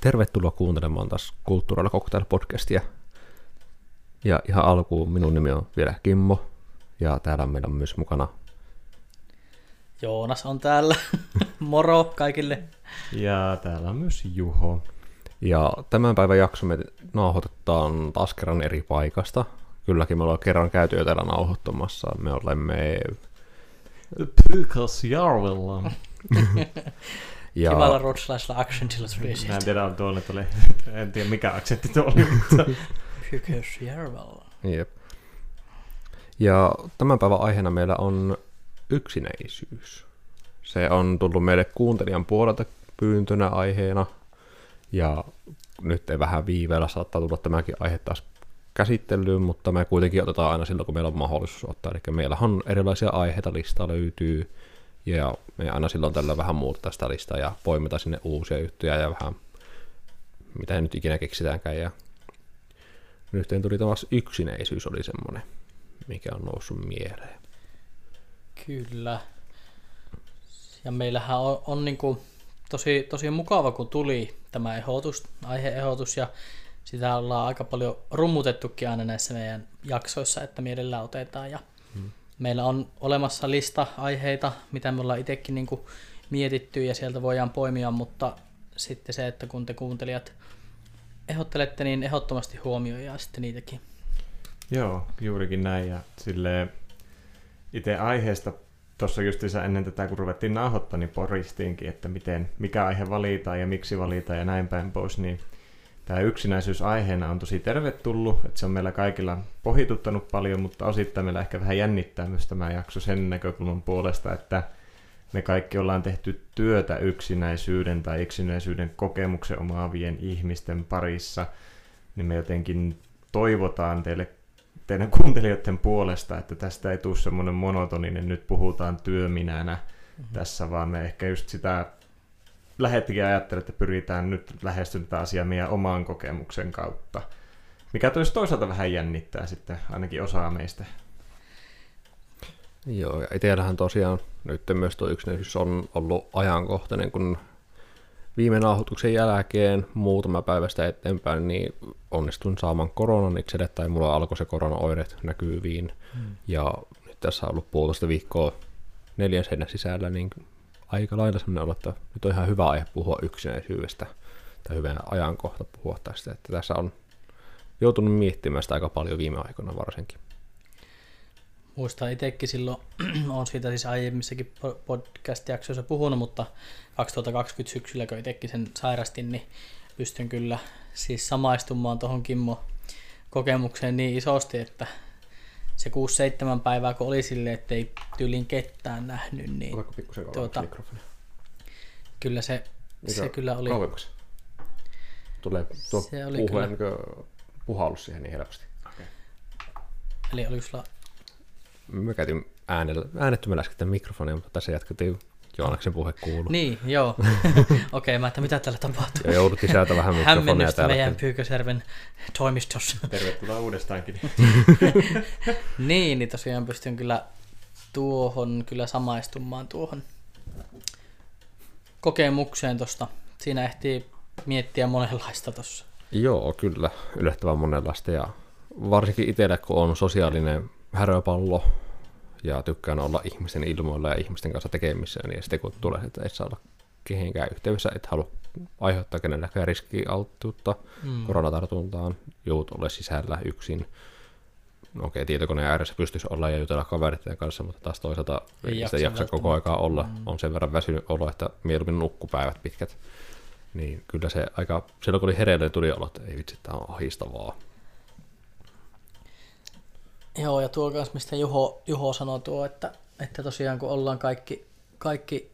Tervetuloa kuuntelemaan taas Kulttuurilla Cocktail-podcastia. Ja ihan alkuun minun nimi on vielä Kimmo, ja täällä meillä on myös mukana Joonas on täällä. Moro kaikille. Ja täällä on myös Juho. Ja tämän päivän jakso me nauhoitetaan taas kerran eri paikasta. Kylläkin me ollaan kerran käyty jo täällä nauhoittamassa. Me olemme Pyykösjärvellä. ja Kivalla ruotsalaisella accentilla tuli Mä en sieltä. tiedä, en tiedä mikä aksentti tuo oli, mutta Pyykösjärvellä. jep. Ja tämän päivän aiheena meillä on yksinäisyys. Se on tullut meille kuuntelijan puolelta pyyntönä aiheena. Ja nyt ei vähän viiveellä saattaa tulla tämäkin aihe taas käsittelyyn, mutta me kuitenkin otetaan aina silloin, kun meillä on mahdollisuus ottaa. Eli meillä on erilaisia aiheita, listaa löytyy, ja me aina silloin tällä vähän muuttaa sitä listaa ja poimitaan sinne uusia juttuja ja vähän mitä nyt ikinä keksitäänkään. Ja nyt tuli taas yksinäisyys oli semmoinen, mikä on noussut mieleen. Kyllä. Ja meillähän on niinku tosi mukava, kun tuli tämä aihe-ehdotus, ja sitä ollaan aika paljon rummutettukin aina näissä meidän jaksoissa, että mielellään otetaan. Ja meillä on olemassa lista aiheita, mitä me ollaan itsekin niinku mietitty, ja sieltä voidaan poimia, mutta sitten se, että kun te kuuntelijat ehdottelette, niin ehdottomasti huomioidaan sitten niitäkin. joo, juurikin näin. Ja silleen itse aiheesta tuossa justiinsa ennen tätä, kun ruvettiin nauhoittaa, niin poristiinkin, että mikä aihe valitaan ja miksi valitaan ja näin päin pois, niin tämä yksinäisyys aiheena on tosi tervetullut, että se on meillä kaikilla pohjituttanut paljon, mutta osittain meillä ehkä vähän jännittää myös tämä jakso sen näkökulman puolesta, että me kaikki ollaan tehty työtä yksinäisyyden tai yksinäisyyden kokemuksen omaavien ihmisten parissa, niin me jotenkin toivotaan teidän kuuntelijoiden puolesta, että tästä ei tule semmoinen monotoninen, nyt puhutaan työminänä tässä, vaan me ehkä just sitä lähettikin ajattelen, että pyritään nyt lähestymään tätä asiaa meidän oman kokemuksen kautta, mikä toisaalta vähän jännittää sitten ainakin osaa meistä. Joo, ja itsellähän tosiaan nyt myös tuo yksinäisyys on ollut ajankohtainen, kun viime nauhoituksen jälkeen muutama päivästä eteenpäin niin onnistuin saamaan koronan itselle, tai mulla alkoi se koronaoireet näkyviin, ja nyt tässä on ollut 1,5 viikkoa 4 seinän sisällä, niin aika lailla sellainen olo, että nyt on ihan hyvä aihe puhua yksinäisyydestä, tai hyvä ajankohta puhua tästä, että tässä on joutunut miettimään sitä aika paljon viime aikoina varsinkin. Muistan itsekin silloin, olen siitä siis aiemmissakin podcast-jaksoissa puhunut, mutta 2020 syksyllä, kun itsekin sen sairastin, niin pystyn kyllä siis samaistumaan tuohon Kimmo kokemukseen niin isosti, että se 6-7 päivää, kun oli silleen, ettei tyylin ketään nähnyt, niin Oletko pikkusen mikrofonia? kyllä se kyllä oli. Kauemmaksi. Tulee tuo Se oli kyllä. puhallus siihen niin helposti. Okay. Eli oliko sulla... Mä käytin äänettömällä äsken mikrofonia, mutta tässä jatkettiin Joonaksen puhe kuuluu. Niin, joo. Okei, mä että mitä täällä tapahtuu. Ja jouduttiin sieltä vähän mikrofonia Hämmennystä täällä. meidän Pyykösjärven toimistossa. Tervetuloa uudestaankin. niin tosiaan pystyn kyllä samaistumaan tuohon kokemukseen tosta. Siinä ehtii miettiä monenlaista tossa. Joo, kyllä. Yllättävän monenlaista. Ja varsinkin itsellä, kun on sosiaalinen häröpallo ja tykkään olla ihmisten ilmoilla ja ihmisten kanssa tekemissä, niin sitten kun tulee, että et saa olla kehenkään yhteydessä, et halua aiheuttaa kenelläkään riskialttiutta koronatartuntaan, joudut olla sisällä yksin. Okei, tietokoneen ääressä pystyisi olla ja jutella kavereiden kanssa, mutta taas toisaalta ei sitä jaksa koko aikaa olla. On sen verran väsynyt olo, että mieluummin nukkupäivät pitkät. Niin kyllä se aika, silloin kun oli hereillä, tuli olo, että ei vitsi, tämä on ahdistavaa. Joo, ja tuo kanssa, mistä Juho sanoi tuo, että tosiaan kun ollaan kaikki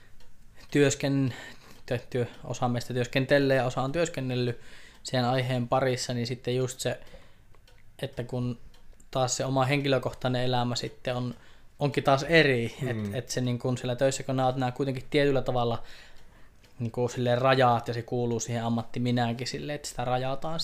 osa meistä työskentelee ja osa on työskennellyt sen aiheen parissa, niin sitten just se, että kun taas se oma henkilökohtainen elämä sitten onkin taas eri, että se niin kun siellä töissä, kun nämä kuitenkin tietyllä tavalla niin kuin silleen rajaat ja se kuuluu siihen ammattiminäänkin silleen, että sitä rajataan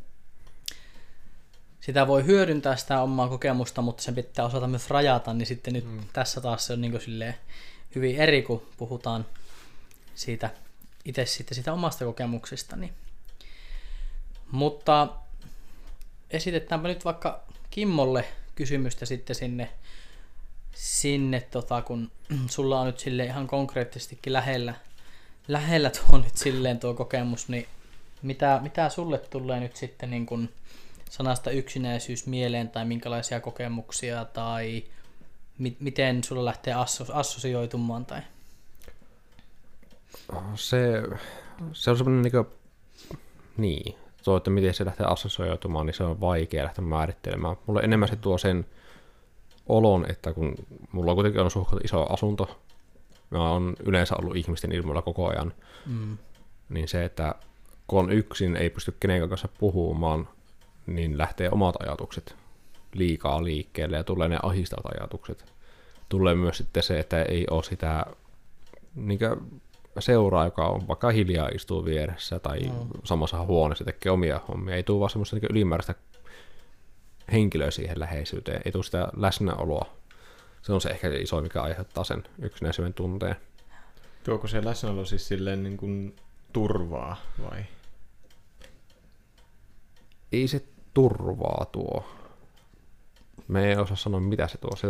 sitä voi hyödyntää sitä omaa kokemusta, mutta sen pitää osata myös rajata, niin sitten nyt tässä taas se on niin kuin silleen hyvin eri, kun puhutaan siitä itse sitten sitä omasta kokemuksestani. Mutta esitetäänpä nyt vaikka Kimmolle kysymystä sitten sinne kun sulla on nyt sille ihan konkreettisestikin lähellä tuo nyt silleen tuo kokemus, niin mitä sulle tulee nyt sitten niin kuin sanasta yksinäisyys mieleen, tai minkälaisia kokemuksia, tai miten sulla lähtee assosioitumaan? Tai? Se on semmoinen niin, tuo, että miten se lähtee assosioitumaan, niin se on vaikea lähteä määrittelemään. Mulle enemmän se tuo sen olon, että kun mulla on kuitenkin on suht iso asunto, mä oon yleensä ollut ihmisten ilmoilla koko ajan, niin se, että kun on yksin, ei pysty kenenkään kanssa puhumaan, niin lähtee omat ajatukset liikaa liikkeelle ja tulee ne ahdistavat ajatukset. Tulee myös sitten se, että ei ole sitä seuraa, joka on vaikka hiljaa istuu vieressä tai samassa huoneessa tekee omia hommia. Ei tule vaan semmoista ylimääräistä henkilöä siihen läheisyyteen, ei tule sitä läsnäoloa. Se on se ehkä iso, mikä aiheuttaa sen yksinäisyyden tunteen. Tuoko se läsnäolo siis silleen niin kuin turvaa vai? Ei se turvaa tuo. Me ei osaa sanoa, mitä se tuo.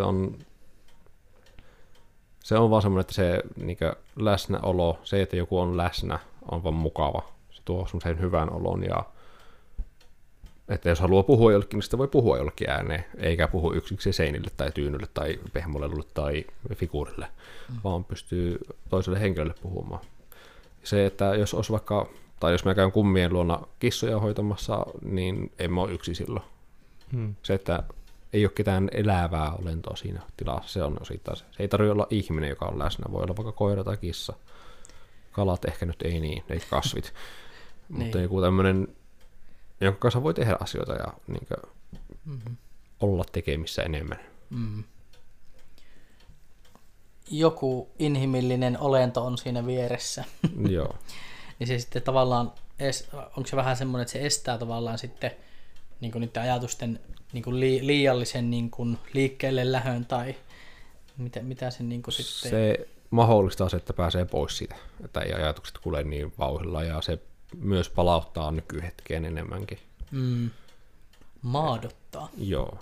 Se on vaan semmoinen, että se läsnäolo, se, että joku on läsnä, on vaan mukava. Se tuo semmoisen hyvän olon ja että jos haluaa puhua jollekin, niin sitä voi puhua jollekin ääneen, eikä puhu yksiksi seinille tai tyynylle tai pehmolelulle tai figuurille, vaan pystyy toiselle henkilölle puhumaan. Se, että jos olisi vaikka, tai jos mä käyn kummien luona kissoja hoitamassa, niin en mä ole yksin silloin. Se, että ei ole ketään elävää olentoa siinä tilassa, se on osittain se. Se ei tarvitse olla ihminen, joka on läsnä, voi olla vaikka koira tai kissa. Kalat ehkä nyt ei niin, ei kasvit. Mutta joku tämmöinen, jonka kanssa voi tehdä asioita ja olla tekemissä enemmän. Joku inhimillinen olento on siinä vieressä. Joo. Niin se sitten tavallaan, onko se vähän semmoinen, että se estää tavallaan sitten niin kuin niiden ajatusten niin kuin liiallisen niin kuin liikkeelle lähön, tai mitä se niin kuin sitten... Se mahdollistaa se, että pääsee pois siitä, että ei ajatukset kulje niin vauhdilla, ja se myös palauttaa nykyhetkeen enemmänkin. Maadottaa. Joo.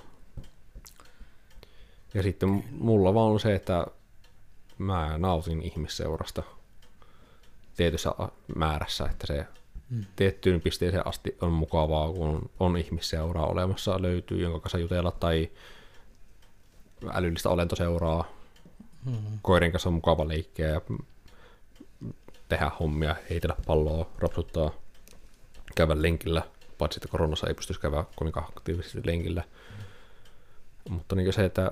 Ja sitten mulla vaan on se, että mä nautin ihmisseurasta tietyssä määrässä, että se tiettyyn pisteeseen asti on mukavaa, kun on ihmisseuraa olemassa, löytyy, jonka kanssa jutella, tai älyllistä olentoseuraa. Koirin kanssa on mukava leikkiä ja tehdä hommia, heitellä palloa, rapsuttaa, käydä lenkillä, paitsi että koronassa ei pystyisi käydä kuinka aktiivisesti lenkillä. Mutta niin se, että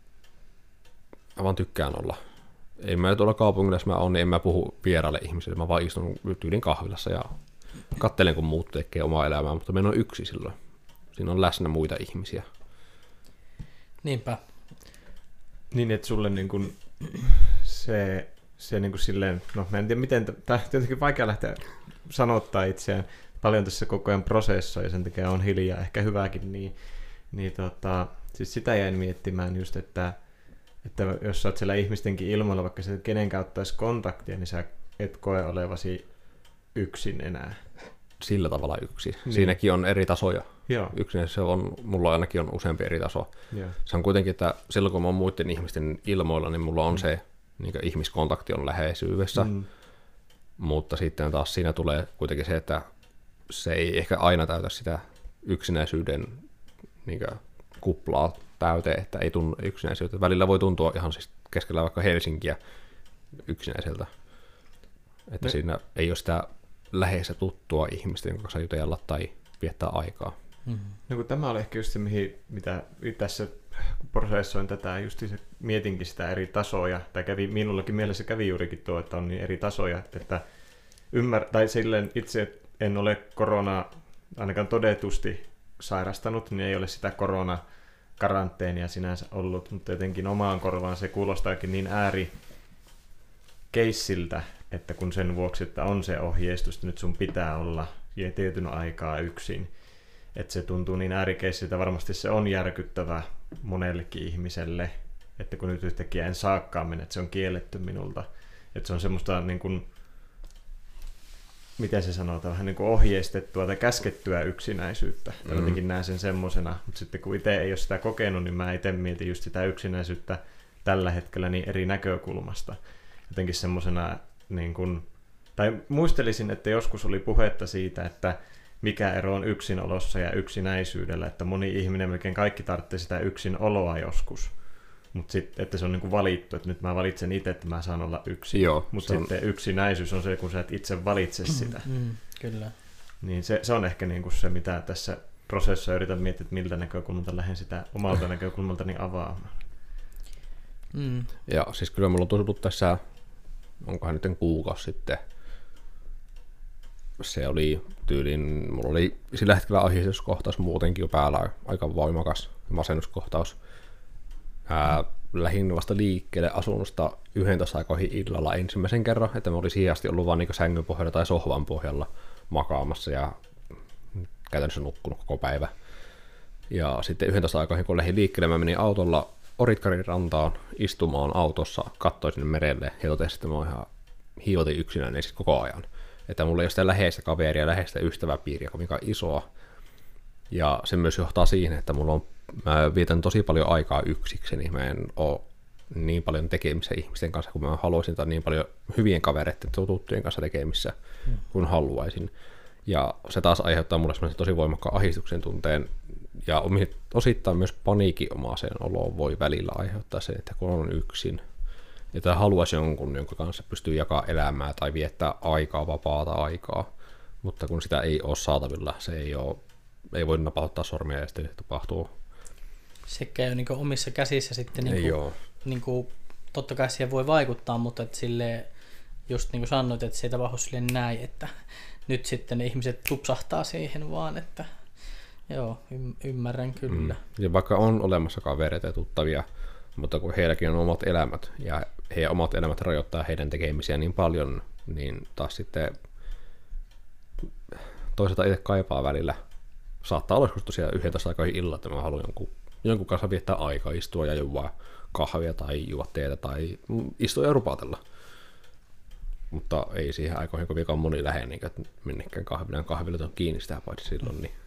mä vaan tykkään olla. Ei mä tuolla kaupungilla, jos mä oon, niin en mä puhu vieraille ihmisille, mä vaan istun tyylin kahvilassa ja katselen, kun muut tekee omaa elämää, mutta meillä on yksi silloin. Siinä on läsnä muita ihmisiä. Niinpä. Niin, että sulle niin kun se niin kuin silleen, no mä en tiedä miten, tämä on tietenkin vaikea lähteä sanottaa itseään, paljon tässä koko ajan prosessoi ja sen takia on hiljaa, ehkä hyväkin, niin siis sitä jäin miettimään just, että jos sä oot siellä ihmistenkin ilmoilla, vaikka sä kenen kautta olisi kontaktia, niin sä et koe olevasi yksin enää. Sillä tavalla yksin. Niin. Siinäkin on eri tasoja. Joo. Yksin se on, mulla ainakin on useampi eri taso. Joo. Se on kuitenkin, että silloin kun mä oon muiden ihmisten ilmoilla, niin mulla on se niin ihmiskontakti on läheisyydessä. Mutta sitten taas siinä tulee kuitenkin se, että se ei ehkä aina täytä sitä yksinäisyyden niin kuplaa täyteen, että ei tunnu yksinäisyyttä. Välillä voi tuntua ihan siis keskellä vaikka Helsinkiä yksinäiseltä. Että siinä ei ole sitä läheistä tuttua ihmistä, jonka kanssa jutella tai viettää aikaa. No kun tämä oli ehkä just se, mitä tässä prosessoin tätä, just se, mietinkin sitä eri tasoja, tai minullakin mielessä kävi juurikin tuo, että on niin eri tasoja, että tai silleen itse en ole koronaa ainakaan todetusti sairastanut, niin ei ole sitä koronakaranteenia sinänsä ollut, mutta jotenkin omaan korvaan se kuulostaakin niin äärikeissiltä, että kun sen vuoksi, että on se ohjeistus, että nyt sun pitää olla tietyn aikaa yksin, että se tuntuu niin äärikeissiltä, varmasti se on järkyttävä monellekin ihmiselle, että kun nyt yhtäkkiä en saakaan mennä, että se on kielletty minulta, että se on semmoista niin kuin miten se sanotaan, vähän niin kuin ohjeistettua tai käskettyä yksinäisyyttä. Jotenkin näen sen semmosena, mutta sitten kun itse ei ole sitä kokenut, niin mä itse mietin just sitä yksinäisyyttä tällä hetkellä niin eri näkökulmasta. Jotenkin semmosena, niin kuin, tai muistelisin, että joskus oli puhetta siitä, että mikä ero on yksinolossa ja yksinäisyydellä, että moni ihminen, melkein kaikki tarvitsee sitä yksinoloa joskus. Mutta sitten, että se on niinku valittu, että nyt mä valitsen itse, että mä saan olla yksin. Mutta sitten yksinäisyys on se, kun sä et itse valitse sitä. Kyllä. Niin se on ehkä niinku se, mitä tässä prosessissa yritän miettiä, että miltä näkökulmalta lähden sitä omalta näkökulmaltani avaamaan. Ja siis kyllä mulla on tullut tässä, onkohan nyt kuukausi sitten, se oli tyyliin, mulla oli sillä hetkellä ahdistuskohtaus muutenkin jo päällä, aika voimakas masennuskohtaus. Lähdin vasta liikkeelle asunnosta 11 aikoihin illalla ensimmäisen kerran, että mä olin siihen asti ollut vaan niin sängyn pohjalla tai sohvan pohjalla makaamassa ja käytännössä nukkunut koko päivä. Ja sitten 11 aikoihin kun lähdin liikkeelle, mä menin autolla Oritkarin rantaan istumaan autossa, katsoin sinne merelle ja totesin, että mä oon ihan hiivotin yksinäinen siis koko ajan. Että mulla ei ole sitä läheistä kaveria, läheistä ystäväpiiriä kovinkaan isoa. Ja se myös johtaa siihen, että mä vietän tosi paljon aikaa yksikseni. Mä en ole niin paljon tekemissä ihmisten kanssa, kun mä haluaisin, tai niin paljon hyvien kavereiden tuttujen kanssa tekemissä, kun haluaisin. Ja se taas aiheuttaa mulle semmoisen tosi voimakkaan ahdistuksen tunteen, ja osittain myös paniikinomaiseen oloon voi välillä aiheuttaa sen, että kun on yksin, että haluaisi jonkun, jonka kanssa pystyy jakamaan elämää tai viettää aikaa, vapaata aikaa, mutta kun sitä ei ole saatavilla, se ei voi napauttaa sormia ja sitten tapahtuu. Se käy niin omissa käsissä sitten, totta kai siihen voi vaikuttaa, mutta että silleen, just niin kuin sanoit, että se ei tapahdu silleen näin, että nyt sitten ne ihmiset tupsahtaa siihen vaan, että joo, ymmärrän kyllä. Ja vaikka on olemassa kavereita ja tuttavia, mutta kun heilläkin on omat elämät ja heidän omat elämät rajoittaa heidän tekemisiä niin paljon, niin taas sitten toisaalta itse kaipaa välillä. Saattaa olla joskus tosiaan 11 aikoihin illalla, että mä haluan jonkun kanssa viettää aikaa, istua ja juoda kahvia tai juoda teetä tai istua ja rupatella. Mutta ei siihen aikoihin kovinkaan moni lähde, niin että minnekään kahvilat on kiinni sitä paitsi silloin. Niin.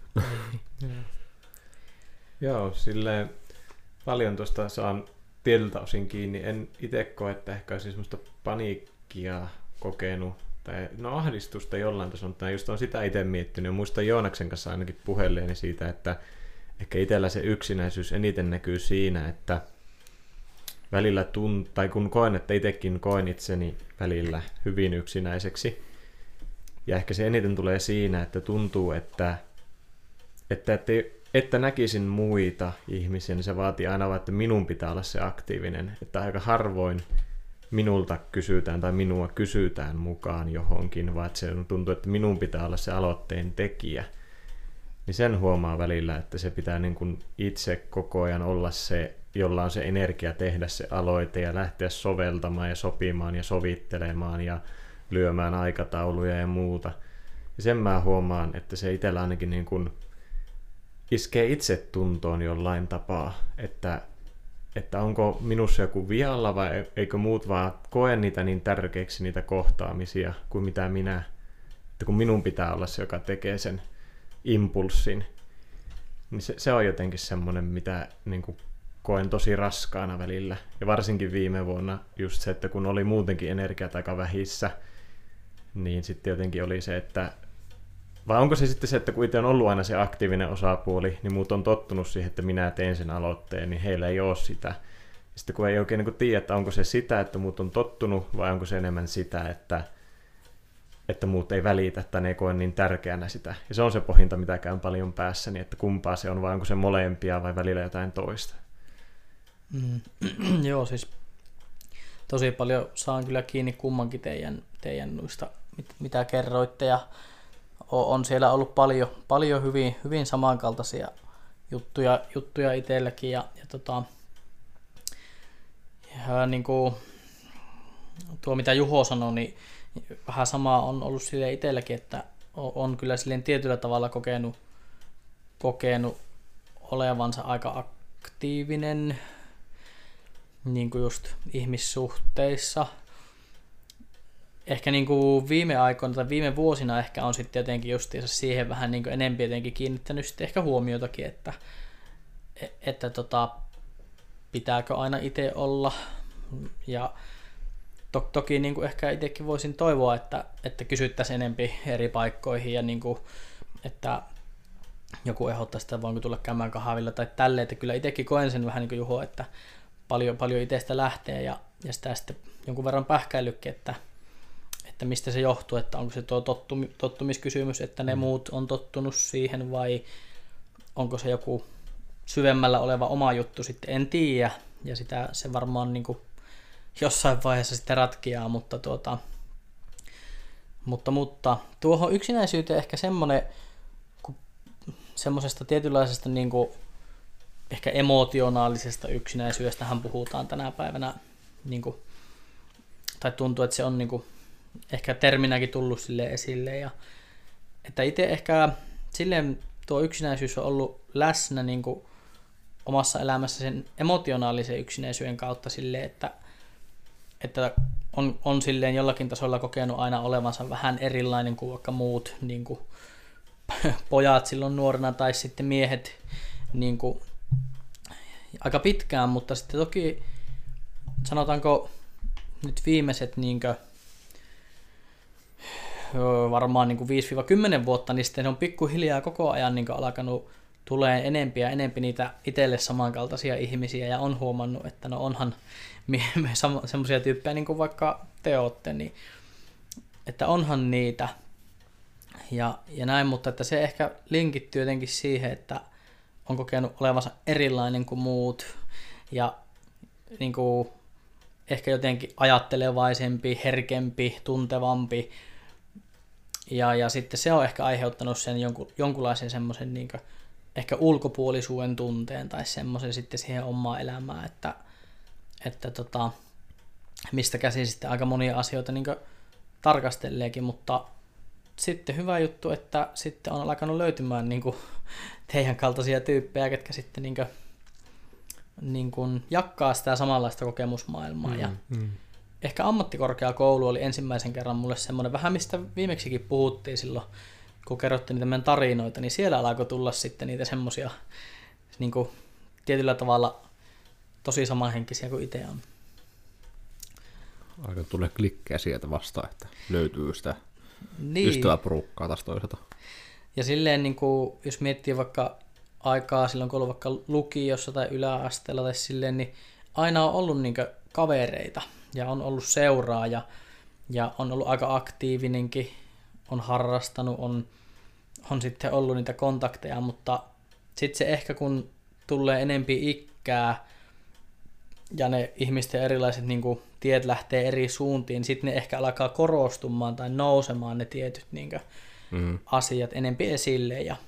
Joo, silleen paljon tuosta saan tietyltä osin kiinni. En itse koe, että ehkä olisi semmoista paniikkia kokenut, tai ahdistusta jollain tasolla, mutta just on sitä itse miettinyt. Muistan Joonaksen kanssa ainakin puheleeni siitä, että ehkä itsellä se yksinäisyys eniten näkyy siinä, että välillä tai kun koen, että itsekin koen itseni välillä hyvin yksinäiseksi. Ja ehkä se eniten tulee siinä, että tuntuu, että näkisin muita ihmisiä, niin se vaatii aina vaan, että minun pitää olla se aktiivinen. Että aika harvoin minulta kysytään tai minua kysytään mukaan johonkin, vaan että se tuntuu, että minun pitää olla se aloitteen tekijä. Niin sen huomaa välillä, että se pitää niin kuin itse koko ajan olla se, jolla on se energia tehdä se aloite ja lähteä soveltamaan ja sopimaan ja sovittelemaan ja lyömään aikatauluja ja muuta. Ja sen mä huomaan, että se itsellä ainakin niin kuin iskee itsetuntoon jollain tapaa, että onko minussa joku vialla vai eikö muut vaan koe niitä niin tärkeiksi niitä kohtaamisia kuin mitä minä. Että kun minun pitää olla se, joka tekee sen impulssin, niin se on jotenkin semmoinen, mitä niin kuin koen tosi raskaana välillä. Ja varsinkin viime vuonna just se, että kun oli muutenkin energiat aika vähissä, niin sitten jotenkin oli se, että vai onko se sitten se, että kun itse on ollut aina se aktiivinen osapuoli, niin muut on tottunut siihen, että minä teen sen aloitteen, niin heillä ei ole sitä. Ja sitten kun ei oikein niin tiedä, että onko se sitä, että muut on tottunut, vai onko se enemmän sitä, että muut ei välitä tai ne ei koe niin tärkeänä sitä. Ja se on se pohdinta, mitä käyn paljon päässäni, että kumpaa se on, vai onko se molempia vai välillä jotain toista. Joo, siis tosi paljon saan kyllä kiinni kummankin teidän noista, mitä kerroitte, ja on siellä ollut paljon hyvin samankaltaisia juttuja itselläkin, ja niin kuin tuo mitä Juho sanoi, niin vähän sama on ollut sille itselläkin, että on kyllä silleen tietyllä tavalla kokenut olevansa aika aktiivinen niin kuin just ihmissuhteissa. ehkä niin kuin viime aikoina tai viime vuosina ehkä on sitten jotenkin justiinsa siihen vähän niin kuin enemmän jotenkin kiinnittänyt sitten ehkä huomiotakin, että pitääkö aina itse olla. Ja toki niin kuin ehkä itsekin voisin toivoa, että kysyttäisiin enemmän eri paikkoihin ja niin kuin, että joku ehdottaa sitä, voinko tulla käymään kahvilla tai tälleen, että kyllä itsekin koen sen vähän niin kuin Juho, että paljon itsestä lähtee ja sitä sitten jonkun verran pähkäillytkin, että mistä se johtuu, että onko se tuo tottumiskysymys, että ne muut on tottunut siihen vai onko se joku syvemmällä oleva oma juttu sitten, en tiedä, ja sitä se varmaan niin kuin jossain vaiheessa sitten ratkeaa, mutta tuohon yksinäisyyteen ehkä semmoisesta tietynlaisesta niin kuin ehkä emotionaalisesta yksinäisyydestähän puhutaan tänä päivänä, niin kuin, tai tuntuu, että se on niin kuin, ehkä terminäkin tullut sille esille, ja että itse ehkä silleen tuo yksinäisyys on ollut läsnä niin kuin omassa elämässä sen emotionaalisen yksinäisyyden kautta silleen, että on silleen jollakin tasolla kokenut aina olevansa vähän erilainen kuin vaikka muut niin kuin pojat silloin nuorena tai sitten miehet niin kuin aika pitkään, mutta sitten toki sanotaanko nyt viimeiset niin kuin, varmaan niin kuin 5-10 vuotta, niin sitten on pikkuhiljaa koko ajan niin kuin alkanut tulee enempi ja enempi niitä itselle samankaltaisia ihmisiä ja on huomannut, että no onhan me semmoisia tyyppejä niin kuin vaikka te ootte, niin että onhan niitä ja näin, mutta että se ehkä linkittyy jotenkin siihen, että on kokenut olevansa erilainen kuin muut ja niin kuin ehkä jotenkin ajattelevaisempi, herkempi, tuntevampi ja sitten se on ehkä aiheuttanut sen jonkunlaisen semmoisen niin kuin ehkä ulkopuolisuuden tunteen tai semmoisen sitten siihen omaan elämään, että mistä käsin sitten aika monia asioita niin kuin tarkasteleekin, mutta sitten hyvä juttu, että sitten on alkanut löytymään niin kuin teidän kaltaisia tyyppejä, ketkä sitten niin kuin jakaa sitä samanlaista kokemusmaailmaa. Ja ehkä ammattikorkeakoulu oli ensimmäisen kerran mulle semmoinen, vähän mistä viimeksikin puhuttiin silloin, kun kerrottiin niitä meidän tarinoita, niin siellä alkoi tulla sitten niitä semmoisia niin kuin tietyllä tavalla tosi samanhenkisiä kuin itse on. Aika tulee klikkejä sieltä vastaan, että löytyy sitä ystäväporukkaa taas toisaalta. Ja silleen, niin kuin, jos miettii vaikka aikaa silloin, kun on ollut vaikka lukiossa tai yläasteella tai silleen, niin aina on ollut niin kuin kavereita ja on ollut seuraa ja on ollut aika aktiivinenkin, on harrastanut, on sitten ollut niitä kontakteja, mutta sitten se ehkä kun tulee enempi ikää ja ne ihmisten erilaiset niin kuin tiet lähtee eri suuntiin, sitten ne ehkä alkaa korostumaan tai nousemaan ne tietyt niin kuin asiat enempi esille ja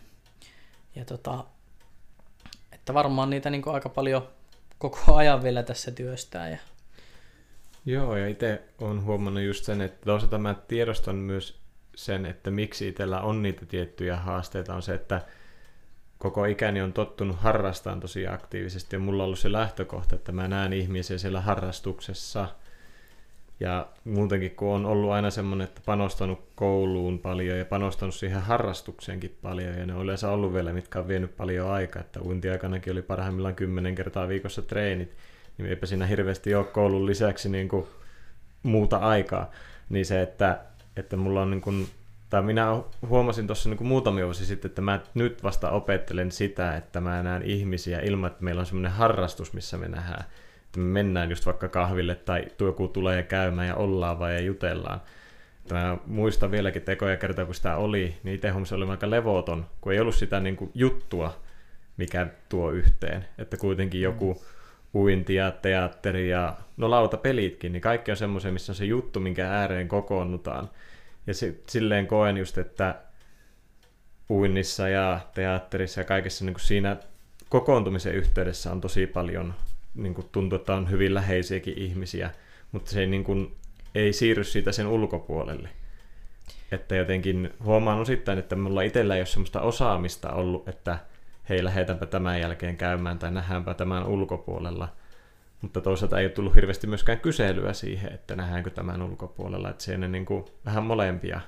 että varmaan niitä niin kuin aika paljon koko ajan vielä tässä työstää. Ja Joo, ja itse olen huomannut just sen, että toisaalta mä tiedostan myös sen, että miksi itsellä on niitä tiettyjä haasteita, on se, että koko ikäni on tottunut harrastamaan tosi aktiivisesti, ja mulla on ollut se lähtökohta, että mä näen ihmisiä siellä harrastuksessa, ja muutenkin kun on ollut aina semmoinen, että panostanut kouluun paljon ja panostanut siihen harrastukseenkin paljon, ja ne on yleensä ollut vielä, mitkä on vienyt paljon aikaa, että uintiaikanakin oli parhaimmillaan 10 kertaa viikossa treenit, niin eipä siinä hirveästi ole koulun lisäksi niin kuin muuta aikaa, niin se, että mulla on niin kuin, tai minä huomasin tuossa niin kuin muutamia vuosia sitten, että mä nyt vasta opettelen sitä, että mä näen ihmisiä ilman, että meillä on semmoinen harrastus, missä me nähdään, että me mennään just vaikka kahville tai joku tulee käymään ja ollaan vai ja jutellaan. Että mä muistan vieläkin tekoja kertaa, kun sitä oli, niin itse huomasin, oli aika levoton, kun ei ollut sitä niin kuin juttua, mikä tuo yhteen, että kuitenkin joku uinti ja teatteri ja lautapelitkin, niin kaikki on semmoisia, missä on se juttu, minkä ääreen kokoonnutaan. Ja silleen koen just, että uinnissa ja teatterissa ja kaikessa niin kuin siinä kokoontumisen yhteydessä on tosi paljon, niin kuin tuntuu, että on hyvin läheisiäkin ihmisiä, mutta se ei, niin kuin, ei siirry siitä sen ulkopuolelle. Että jotenkin huomaan osittain, että mulla itsellä ei ole semmoista osaamista ollut, että hei, lähdetäänpä tämän jälkeen käymään tai nähdäänpä tämän ulkopuolella, Mutta toisaalta ei ole tullut hirveästi myöskään kyselyä siihen, että nähdäänkö tämän ulkopuolella, että siinä niin kuin vähän molempia.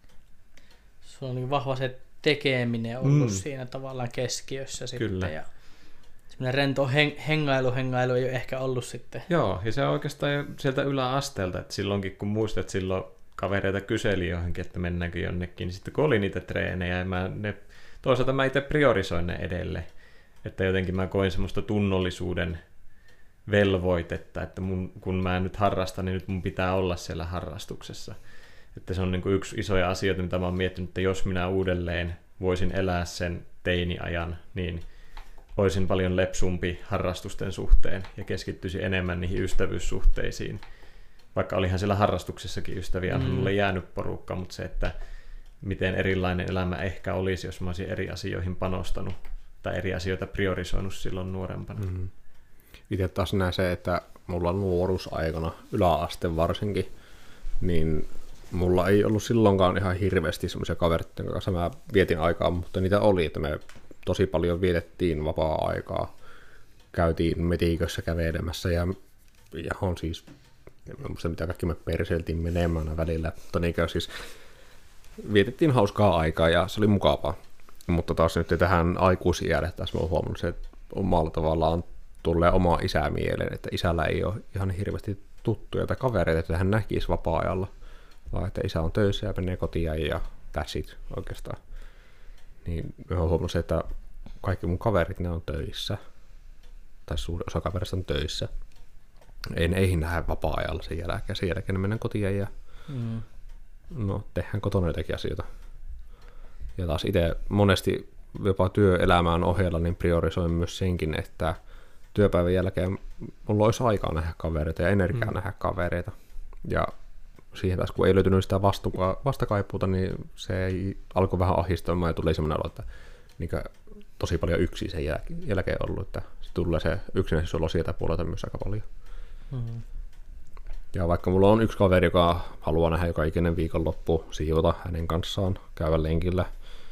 Se on niin vahva se tekeminen ollut siinä tavallaan keskiössä Kyllä. sitten. Ja semmoinen rento hengailu ei ole ehkä ollut sitten. Joo, ja se on oikeastaan jo sieltä yläasteelta, että silloinkin kun muistat, silloin kavereita kyseli johonkin, että mennäänkö jonnekin, niin sitten kun oli niitä treenejä, ja toisaalta mä itse priorisoin ne edelleen. Että jotenkin mä koin semmoista tunnollisuuden velvoitetta, että kun mä nyt harrastan, niin nyt mun pitää olla siellä harrastuksessa. Että se on niin kuin yksi isoja asioita, mitä mä oon miettinyt, että jos minä uudelleen voisin elää sen teiniajan, niin olisin paljon lepsumpi harrastusten suhteen ja keskittyisin enemmän niihin ystävyyssuhteisiin. Vaikka olihan siellä harrastuksessakin ystäviä, on mulle jäänyt porukka, mutta se, että miten erilainen elämä ehkä olisi, jos mä olisin eri asioihin panostanut tai eri asioita priorisoinut silloin nuorempana. Itse taas näen se, että mulla nuoruusaikana, yläaste varsinkin, niin mulla ei ollut silloinkaan ihan hirveästi semmoisia kavereiden kanssa mä vietin aikaa, mutta niitä oli, että me tosi paljon vietettiin vapaa-aikaa. Käytiin metikössä kävelemässä ja on siis, en muista mitä kaikki me perseiltiin menemään välillä, mutta niinkö siis vietettiin hauskaa aikaa ja se oli mukavaa. Mutta taas nyt tähän aikuisiälle taas mä oon huomannut se, että omalla tavallaan tulee oma isä mieleen, että isällä ei ole ihan hirveästi tuttuja tai kavereita, että hän näkisi vapaa-ajalla, vaan että isä on töissä ja menee kotiin ja that's it oikeastaan. Niin mä oon huomannut se, että kaikki mun kaverit, ne on töissä, tai suuri osa kaverista on töissä. Ei nähdä vapaa-ajalla sen jälkeen. Sen jälkeen ne mennään kotiin ja tehdään kotona jotakin asioita. Ja taas itse monesti jopa työelämään ohella niin priorisoin myös senkin, että työpäivän jälkeen mulla olisi aikaa nähdä kavereita ja energiaa nähdä kavereita. Ja siihen taas kun ei löytynyt sitä vastakaipuuta, niin se ei alkoi vähän ahdistamaan ja tuli semmoinen olo, että niin tosi paljon yksin sen jälkeen ollut, että se tulee se yksinäisyys olo sieltä puolelta myös aika paljon. Ja vaikka mulla on yksi kaveri, joka haluaa nähdä joka ikinen viikonloppu, siivota hänen kanssaan, käydä lenkillä.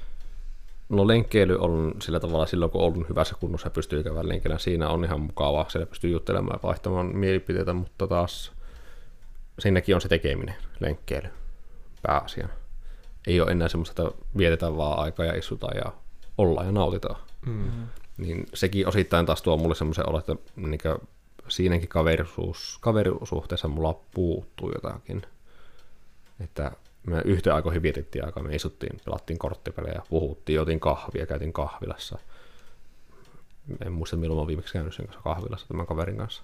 No lenkkeily on sillä tavalla silloin, kun on hyvässä kunnossa ja pystyy käydä lenkillä. Siinä on ihan mukavaa, siellä pystyy juttelemaan ja vaihtamaan mielipiteitä, mutta taas siinäkin on se tekeminen, lenkkeily pääasiana. Ei ole enää semmoista, että vietetään vaan aikaa ja istutaan ja ollaan ja nautitaan. Niin sekin osittain taas tuo mulle semmoisen olo, että siinäkin kaverisuhteessa mulla puuttuu jotakin. Että me yhteen aikoihin vietettiin aikaa, me istuttiin, pelattiin korttipelejä, puhuttiin, jotin kahvia, käytiin kahvilassa. En muista milloin mä oon viimeksi käynyt sen kanssa kahvilassa tämän kaverin kanssa.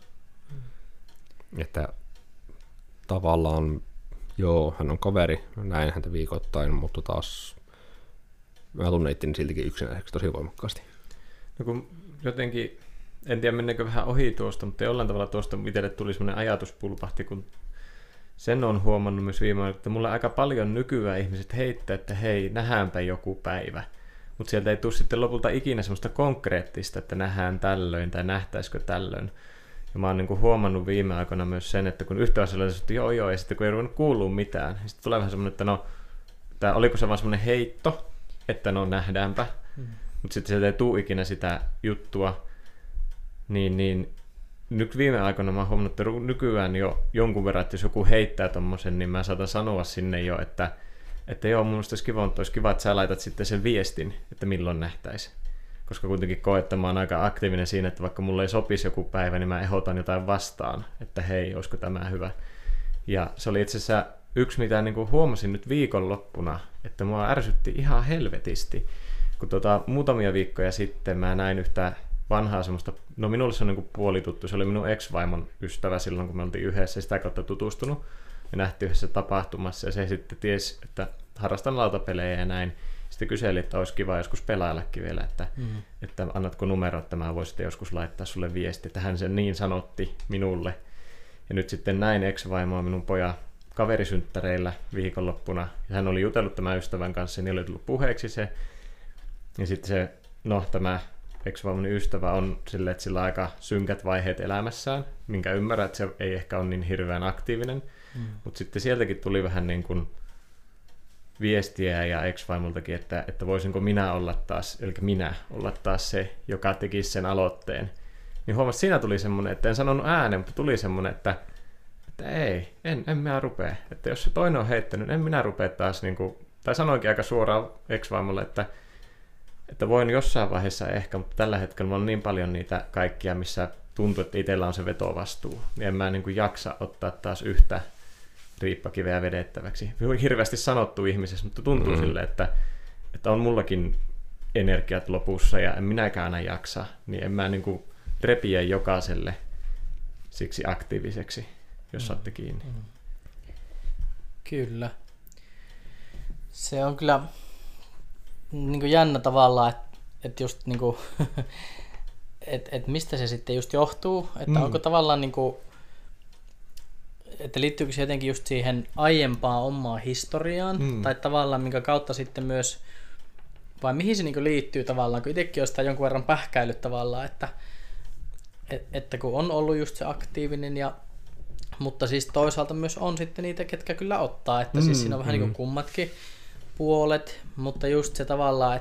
Että tavallaan, joo, hän on kaveri, näin häntä viikoittain, mutta taas mä tunnen itteni siltikin yksinäiseksi tosi voimakkaasti. No kun jotenkin, en tiedä menneekö vähän ohi tuosta, mutta jollain tavalla tuosta itselle tuli semmoinen ajatuspulpahti, kun sen on huomannut myös viime aikoina, että mulla aika paljon nykyään ihmiset heittää, että hei, nähdäänpä joku päivä. Mutta sieltä ei tule sitten lopulta ikinä semmoista konkreettista, että nähdään tällöin tai nähtäisikö tällöin. Ja mä oon niin kuin huomannut viime aikoina myös sen, että kun yhtä asialla että joo, ja sitten kun ei ruvennut kuulua mitään, niin sitten tulee vähän semmoinen, että no, oliko se vaan semmoinen heitto, että no nähdäänpä, mutta sitten sieltä ei tule ikinä sitä juttua, niin nyt viime aikoina mä oon huomannut, että nykyään jo jonkun verran, että jos joku heittää tommosen, niin mä saatan sanoa sinne jo, että joo, mun mielestä olisi kiva, että sä laitat sitten sen viestin, että milloin nähtäisi. Koska kuitenkin koen, että mä oon aika aktiivinen siinä, että vaikka mulle ei sopisi joku päivä, niin mä ehdotan jotain vastaan, että hei, olisiko tämä hyvä. Ja se oli itse asiassa yksi, mitä niin kuin huomasin nyt viikonloppuna, että mua ärsytti ihan helvetisti. Kun muutamia viikkoja sitten mä näin yhtä vanhaa semmoista, no minulle se on niin kuin puolituttu, se oli minun ex-vaimon ystävä silloin, kun me oltiin yhdessä sitä kautta tutustunut. Me nähtiin yhdessä tapahtumassa ja se sitten tiesi, että harrastan lautapelejä ja näin. Sitten kyseli, että olisi kiva joskus pelaillakin vielä, että annatko numero, että mä voisin joskus laittaa sulle viesti, että hän sen niin sanotti minulle. Ja nyt sitten näin ex-vaimoa minun pojan kaverisynttäreillä viikonloppuna. Ja hän oli jutellut tämän ystävän kanssa ja niillä oli tullut puheeksi se. Ja sitten se, tämä ex-vaimoni ystävä on silleen, että sillä on aika synkät vaiheet elämässään, minkä ymmärrän, että se ei ehkä ole niin hirveän aktiivinen. Mutta sitten sieltäkin tuli vähän niin kuin viestiä ja ex-vaimoltakin, että voisinko minä olla taas se, joka tekisi sen aloitteen, Niin huomasin, siinä tuli semmoinen, että en sanonut ääneen, mutta tuli semmoinen, että ei, en minä rupea. Että jos se toinen on heittänyt, en minä rupea taas, niin kuin, tai sanoinkin aika suoraan ex-vaimolle, että voin jossain vaiheessa ehkä, mutta tällä hetkellä mulla on niin paljon niitä kaikkia, missä tuntuu, että itsellä on se vetovastuu. Niin en mä niin kuin jaksa ottaa taas yhtä riippakiveä vedettäväksi. Hirveästi sanottu ihmisessä, mutta tuntuu sille, että on mullakin energiat lopussa ja en minäkään aina jaksa, niin en mä niin kuin repiä jokaiselle siksi aktiiviseksi, jos saatte kiinni. Kyllä. Se on kyllä niin kuin jännä tavallaan, että just niin kuin, että mistä se sitten just johtuu, että onko tavallaan niin kuin, että liittyykö se jotenkin just siihen aiempaan omaan historiaan, tai tavallaan minkä kautta sitten myös, vai mihin se niin kuin liittyy tavallaan, kun itsekin on sitä jonkun verran pähkäillyt tavallaan, että kun on ollut just se aktiivinen, mutta siis toisaalta myös on sitten niitä, ketkä kyllä ottaa, että siis siinä on vähän niin kuin kummatkin puolet, mutta just se tavallaan,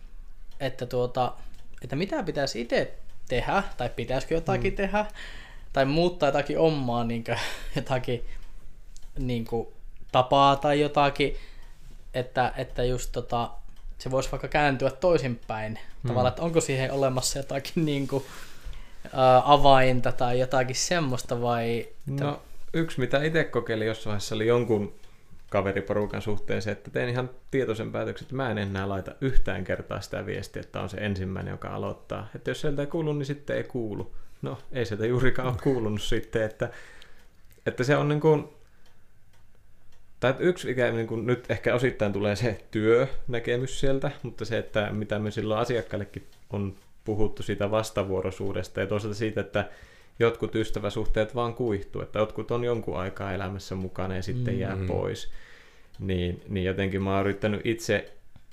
että mitä pitäisi itse tehdä, tai pitäisikö jotakin tehdä, tai muuttaa jotakin omaa niin kuin, jotakin niin kuin, tapaa tai jotakin, että just se voisi vaikka kääntyä toisinpäin. Tavallaan, että onko siihen olemassa jotakin niin kuin, avainta tai jotakin semmoista vai... No yksi mitä itse kokeilin jossain vaiheessa oli jonkun kaveriporukan suhteen se, että teen ihan tietoisen päätöksen, että mä en enää laita yhtään kertaa sitä viestiä, että on se ensimmäinen, joka aloittaa. Että jos sieltä ei kuulu, niin sitten ei kuulu. No ei sieltä juurikaan ole kuulunut sitten, että se on niin kuin... Tai yksi ikä niin kuin nyt ehkä osittain tulee se työnäkemys sieltä, mutta se, että mitä me silloin asiakkaillekin on puhuttu siitä vastavuoroisuudesta ja toisaalta siitä, että jotkut ystäväsuhteet vaan kuihtuu, että jotkut on jonkun aikaa elämässä mukana ja sitten jää pois. Niin jotenkin mä oon yrittänyt itse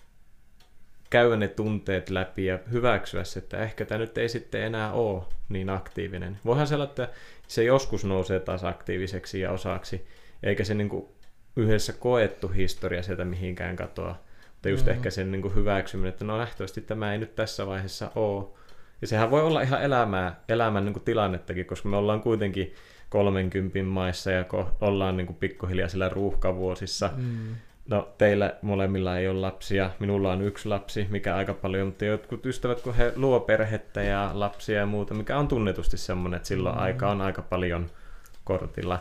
käydä ne tunteet läpi ja hyväksyä se, että ehkä tämä nyt ei sitten enää ole niin aktiivinen. Voihan se olla, että se joskus nousee taas aktiiviseksi ja osaksi, eikä se niin kuin yhdessä koettu historia sieltä mihinkään katoa. Mutta just ehkä sen niin kuin hyväksyminen, että no nähtävästi tämä ei nyt tässä vaiheessa ole. Ja sehän voi olla ihan elämän niin kuin tilannettakin, koska me ollaan kuitenkin 30 maissa ja ollaan niin kuin pikkuhiljaa sillä ruuhkavuosissa. No teillä molemmilla ei ole lapsia, minulla on 1 lapsi, mikä aika paljon, mutta jotkut ystävät, kun he luo perhettä ja lapsia ja muuta, mikä on tunnetusti semmoinen, että silloin aika on aika paljon kortilla.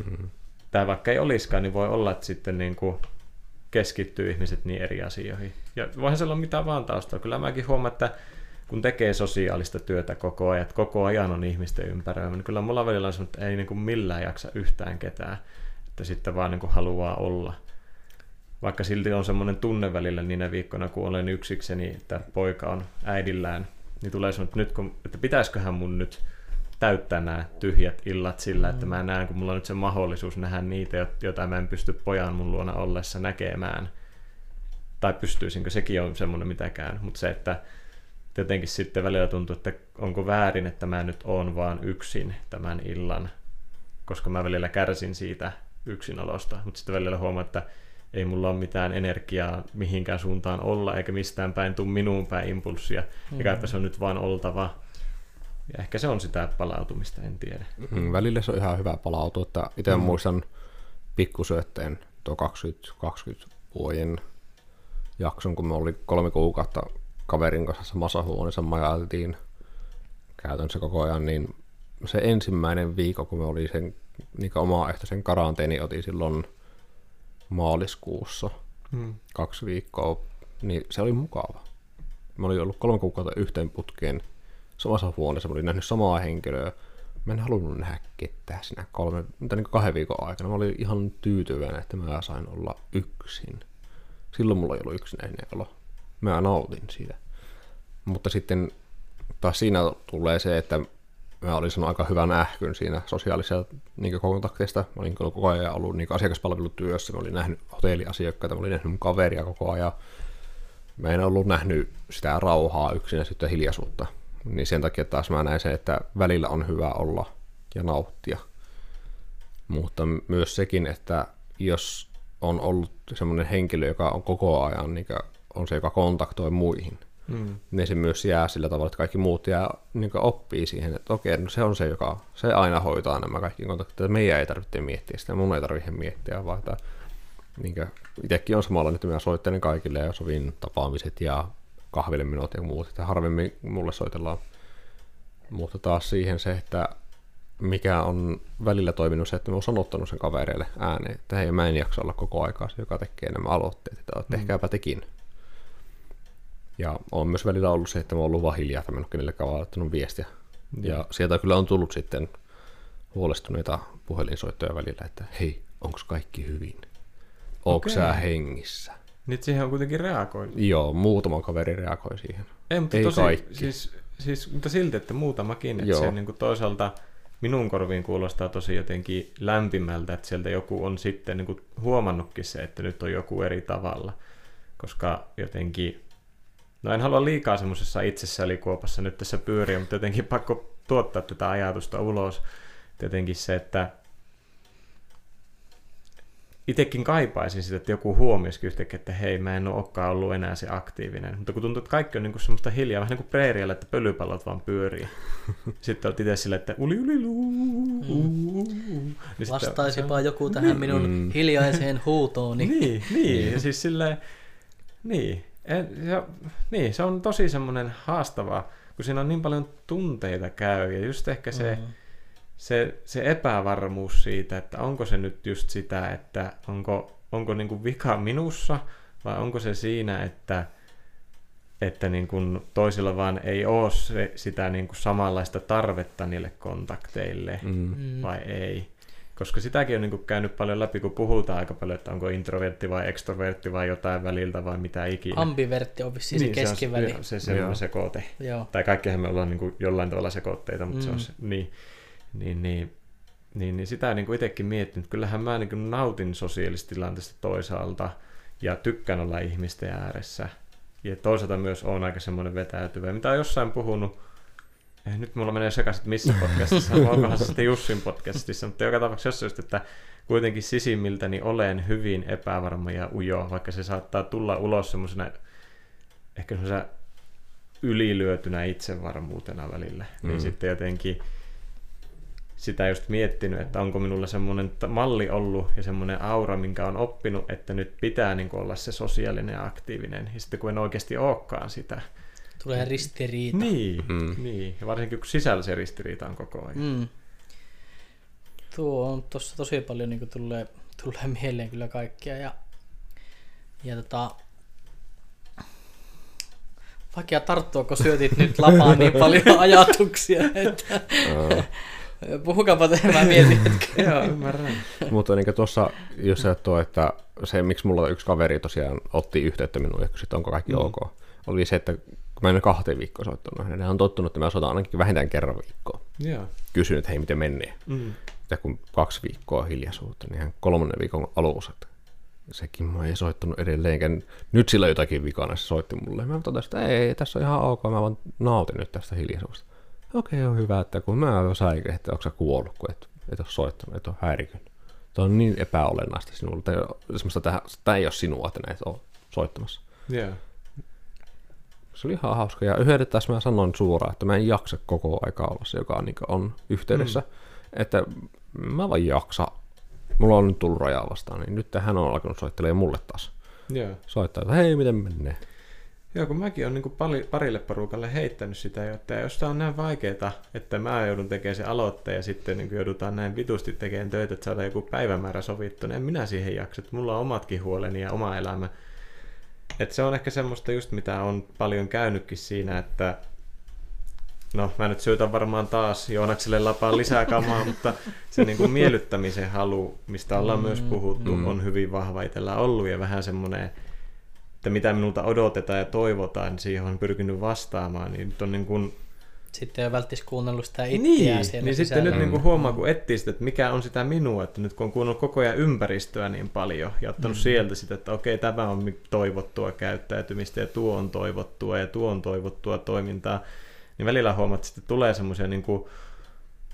Tai vaikka ei olisikaan, niin voi olla, että sitten niin kuin keskittyy ihmiset niin eri asioihin. Ja voihan siellä olla mitään vaan taustalla. Kyllä mäkin huomaan, että kun tekee sosiaalista työtä koko ajan on ihmisten ympärillä, niin kyllä mulla välillä on sanonut, että ei niin kuin millään jaksa yhtään ketään, että sitten vaan niin kuin haluaa olla. Vaikka silti on semmoinen tunne välillä niinä viikkoina, kun olen yksikseni, että poika on äidillään, niin tulee semmoinen, että pitäisiköhän mun nyt täyttää nämä tyhjät illat sillä, että mä näen, kun mulla on nyt se mahdollisuus nähdä niitä, joita mä en pysty pojan mun luona ollessa näkemään. Tai pystyisinkö, sekin on semmoinen mitäkään. Mutta se, että jotenkin sitten välillä tuntuu, että onko väärin, että mä nyt oon vaan yksin tämän illan, koska mä välillä kärsin siitä yksinolosta. Mutta sitten välillä huomaan, että ei mulla ole mitään energiaa mihinkään suuntaan olla, eikä mistään päin tule minuun päin impulssia, eikä että se on nyt vaan oltava. Ja ehkä se on sitä palautumista, en tiedä. Välillä se on ihan hyvä palautua, että itse muistan pikkusyötteen tuo 20 vuoden jakson, kun me oli 3 kuukautta kaverin kanssa samassa huoneessa majailtiin käytännössä koko ajan, niin se ensimmäinen viikko, kun me oli sen niin omaehtoisen karanteeni, otin silloin maaliskuussa 2 viikkoa, niin se oli mukava. Mä olin ollut 3 kuukautta yhteen putkeen samassa huoneessa, mä olin nähnyt samaa henkilöä. Mä en halunnut nähdä ketään siinä 2 viikon aikana. Mä olin ihan tyytyväinen, että mä sain olla yksin. Silloin mulla ei ollut yksinäinen olo. Mä nautin siitä. Mutta sitten taas siinä tulee se, että mä olin sanonut aika hyvän ähkyn siinä sosiaalisessa niin kontakteista. Mä olin koko ajan ollut niin asiakaspalvelutyössä. Mä olin nähnyt hotelliasiakkaita, mä olin nähnyt mun kaveria koko ajan. Mä en ollut nähnyt sitä rauhaa yksinäisyyttä ja hiljaisuutta. Niin sen takia taas mä näin sen, että välillä on hyvä olla ja nauttia. Mutta myös sekin, että jos on ollut semmoinen henkilö, joka on koko ajan, niin on se, joka kontaktoi muihin, niin se myös jää sillä tavalla, että kaikki muut jää niin oppii siihen, että okei, no se on se, joka se aina hoitaa nämä kaikki kontaktit, että meidän ei tarvitse miettiä sitä, mun ei tarvitse miettiä, vaan että niin itsekin on samalla, että minä soittelen kaikille ja sovin tapaamiset ja kahvillemenot ja muut, että harvemmin mulle soitellaan, mutta taas siihen se, että mikä on välillä toiminut se, että mä oon sanottanut sen kavereille ääneen, että hei, mä en jaksa olla koko aikaa se, joka tekee nämä aloitteet, että tehkääpä tekin. Ja on myös välillä ollut se, että mä oon ollut vaan hiljaa, että mä en ole kenellekään vaan laittanut viestiä. Ja sieltä kyllä on tullut sitten huolestuneita puhelinsoittoja välillä, että hei, onko kaikki hyvin? Onko sä hengissä? Nyt siihen on kuitenkin reagoinut. Joo, muutama kaveri reagoi siihen. Ei kaikki. Mutta silti, että muutamakin. Että se niin kuin toisaalta minun korviin kuulostaa tosi jotenkin lämpimältä, että sieltä joku on sitten niin kuin huomannutkin se, että nyt on joku eri tavalla. Koska jotenkin, no en halua liikaa semmoisessa itsesälikuopassa nyt tässä pyöriä, mutta jotenkin pakko tuottaa tätä ajatusta ulos. Jotenkin se, että itsekin kaipaisin sitä, että joku huomioisikin yhtäkkiä, että hei, mä en olekaan ollut enää se aktiivinen. Mutta kun tuntuu, että kaikki on niinku semmoista hiljaa, vähän niin kuin preerialla, että pölypallot vaan pyörii. Sitten olet itse silleen, että vastaisipa joku tähän minun hiljaiseen huutooni. Niin, ja siis silleen, se on tosi semmoinen haastavaa, kun siinä on niin paljon tunteita käy, ja just ehkä se epävarmuus siitä, että onko se nyt just sitä, että onko niin kuin vika minussa, vai onko se siinä, että niin kuin toisilla vaan ei ole sitä niin kuin samanlaista tarvetta niille kontakteille, vai ei. Koska sitäkin on niin kuin käynyt paljon läpi, kun puhutaan aika paljon, että onko introvertti vai extrovertti vai jotain väliltä vai mitä ikinä. Ambivertti on vissiin se keskiväli. Se on sekoite. Joo. Tai kaikkihan me ollaan niin kuin jollain tavalla sekoitteita, mutta se on se, niin sitä niin kuin itsekin miettinyt. Kyllähän mä niin kuin nautin sosiaalisesta tilanteesta toisaalta ja tykkään olla ihmisten ääressä. Ja toisaalta myös on aika semmoinen vetäytyvä. Mitä on jossain puhunut, nyt mulla menee sekaisin, missä podcastissa, onkohan se sitten Jussin podcastissa, mutta joka tapauksessa jossain just, että kuitenkin sisimmiltäni olen hyvin epävarma ja ujo, vaikka se saattaa tulla ulos semmoisena ehkä semmoisena ylilyötynä itsevarmuutena välillä. Niin sitten jotenkin sitä just miettinyt, että onko minulla semmoinen malli ollut ja semmoinen aura, minkä on oppinut, että nyt pitää niin kuin olla se sosiaalinen ja aktiivinen. Ja sitten kun en oikeasti olekaan sitä. Tulee ristiriita. Niin. Ja varsinkin kun sisällä se ristiriita on koko ajan. Tuo on tuossa tosi paljon niin kuin tulee mieleen kyllä kaikkia. Ja vaikea tarttua, kun syötit nyt lapaan niin paljon ajatuksia, että puhukaapa tehdä, mä mietin hetken. Joo, ymmärrän. Mutta niin tuossa, jos sä tuo, että se, miksi mulla yksi kaveri tosiaan otti yhteyttä minuun, ja sitten onko kaikki ok, oli se, että kun mä en 2 viikkoa soittanut, niin ne on tottunut, että mä soitan ainakin vähintään kerran viikkoon. Yeah. Kysyn, että hei, miten menee. Ja kun 2 viikkoa hiljaisuutta, niin ihan 3. viikon alussa, sekin mä ei soittanut edelleenkään. Nyt sillä jotakin vikana, se soitti mulle. Mä totesin, että ei, tässä on ihan ok, mä vaan nautin nyt tästä hiljaisuudesta. Okei, on hyvä, että kun mä säikin, että onko sä kuollut, kun et ole soittanut, et ole häirikönyt. Tämä on niin epäolennaista sinulla. Tämä ei ole sinua, että näet ole soittamassa. Yeah. Se oli ihan hauska. Ja yhden tässä mä sanoin suoraan, että mä en jaksa koko aikaa olla se, joka on yhteydessä. Että mä vaan jaksa. Mulla on nyt tullut rajaa vastaan, niin nyt hän on alkanut soittelemaan mulle taas. Yeah. Soittaa, että hei, miten menee? Joo, kun mäkin olen niin parille porukalle heittänyt sitä, että jos tämä on näin vaikeaa, että mä joudun tekemään sen aloitteen ja sitten niin joudutaan näin vitusti tekemään töitä, että saadaan joku päivämäärä sovittu, niin en minä siihen jaksa, että mulla on omatkin huoleni ja oma elämä. Että se on ehkä semmoista just, mitä on paljon käynytkin siinä, että no mä nyt syötän varmaan taas Joonakselle lapaan lisää kamaa, mutta se niin kuin miellyttämisen halu, mistä ollaan myös puhuttu, on hyvin vahva itsellä ollut ja vähän semmoinen, että mitä minulta odotetaan ja toivotaan, niin siihen on pyrkinyt vastaamaan, niin nyt on niin kuin sitten jo välttis kuunnellut sitä itseään siellä niin sitten nyt niin kuin huomaa, kun etsii sitä, että mikä on sitä minua, että nyt kun on kuunnellut koko ajan ympäristöä niin paljon ja ottanut sieltä sitä, että okei, tämä on toivottua käyttäytymistä ja tuo on toivottua ja tuo on toivottua toimintaa, niin välillä huomaat, että sitten tulee semmoisia niin kuin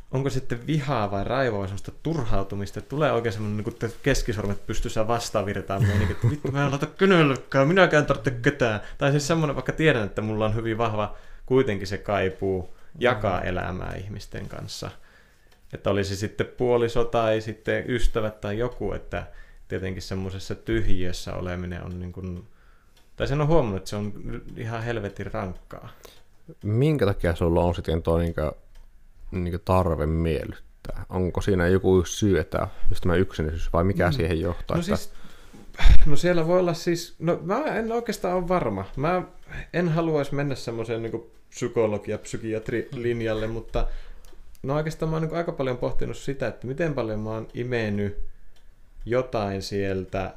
onko sitten vihaa vai raivoa, semmoista turhautumista, että tulee oikein semmoinen niin keskisormet pystyssä vastavirtaan meininki, että vittu mä en laita kenellekään, minäkään tarvitse ketään. Tai siis semmoinen, vaikka tiedän, että mulla on hyvin vahva kuitenkin se kaipuu jakaa elämää ihmisten kanssa. Että olisi sitten puoliso tai sitten ystävät tai joku, että tietenkin semmoisessa tyhjiössä oleminen on niin kuin, tai sen on huomannut, että se on ihan helvetin rankkaa. Minkä takia sulla on sitten tuo niin tarve miellyttää? Onko siinä joku syy, että just tämä yksinäisyys vai mikä siihen johtaa? No, että... siis, no siellä voi olla siis, no mä en oikeastaan ole varma. Mä en haluaisi mennä semmoiseen niin psykologia, psykiatri-linjalle, mutta no oikeastaan mä oon niin aika paljon pohtinut sitä, että miten paljon mä oon imennyt jotain sieltä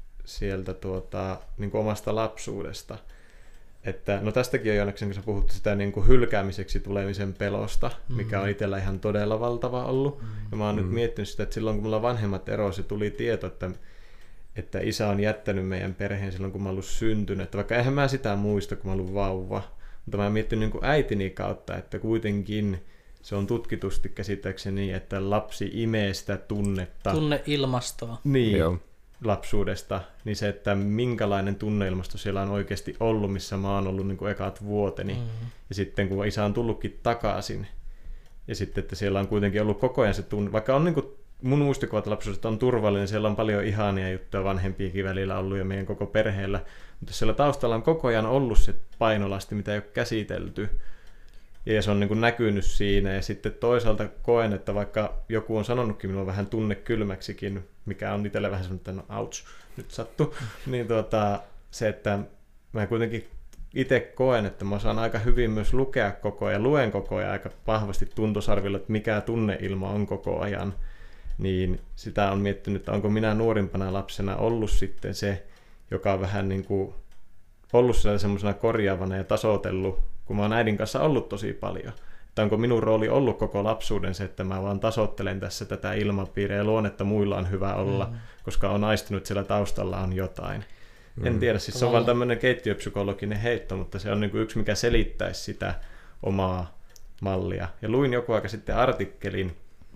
niin omasta lapsuudesta. Että, no tästäkin on Joonaksen kanssa puhuttu sitä niin kuin hylkäämiseksi tulemisen pelosta, mikä on itsellä ihan todella valtava ollut. Ja mä oon nyt miettinyt sitä, että silloin kun mulla vanhemmat erosi, tuli tieto, että isä on jättänyt meidän perheen silloin kun mä ollut syntynyt. Että vaikka eihän mä sitä muista, kun mä ollut vauva. Mutta mä oon miettinyt niin kuin äitini kautta, että kuitenkin se on tutkitusti käsittääkseni niin, että lapsi imee sitä tunnetta. Tunneilmastoa. Niin. Joo. Lapsuudesta, niin se, että minkälainen tunneilmasto siellä on oikeasti ollut, missä mä oon ollut niin kuin ekat vuoteni. Ja sitten kun isä on tullutkin takaisin, ja sitten, että siellä on kuitenkin ollut koko ajan se tunne, vaikka on niin kuin mun muistikuvat lapsuudesta on turvallinen, siellä on paljon ihania juttuja vanhempiakin välillä ollut ja meidän koko perheellä, mutta siellä taustalla on koko ajan ollut se painolasti, mitä ei ole käsitelty. Ja se on niin kuin näkynyt siinä, ja sitten toisaalta koen, että vaikka joku on sanonutkin minulla vähän tunnekylmäksikin, mikä on itselle vähän semmoinen, että no ouch, nyt sattuu, niin se, että mä kuitenkin itse koen, että mä osaan aika hyvin myös lukea koko ajan, luen koko ajan aika vahvasti tuntosarvilla, että mikä tunneilma on koko ajan, niin sitä on miettinyt, että onko minä nuorimpana lapsena ollut sitten se, joka on vähän niin kuin ollut semmoisena korjaavana ja tasoitellut, kun mä oon äidin kanssa ollut tosi paljon. Että onko minun rooli ollut koko lapsuuden se, että mä vaan tasoittelen tässä tätä ilmapiiriä ja luon, että muilla on hyvä olla, koska on aistinut, että siellä taustalla on jotain. En tiedä, siis se on vaan tämmöinen keittiöpsykologinen heitto, mutta se on niin kuin yksi, mikä selittäisi sitä omaa mallia. Ja luin joku aika sitten artikkelin,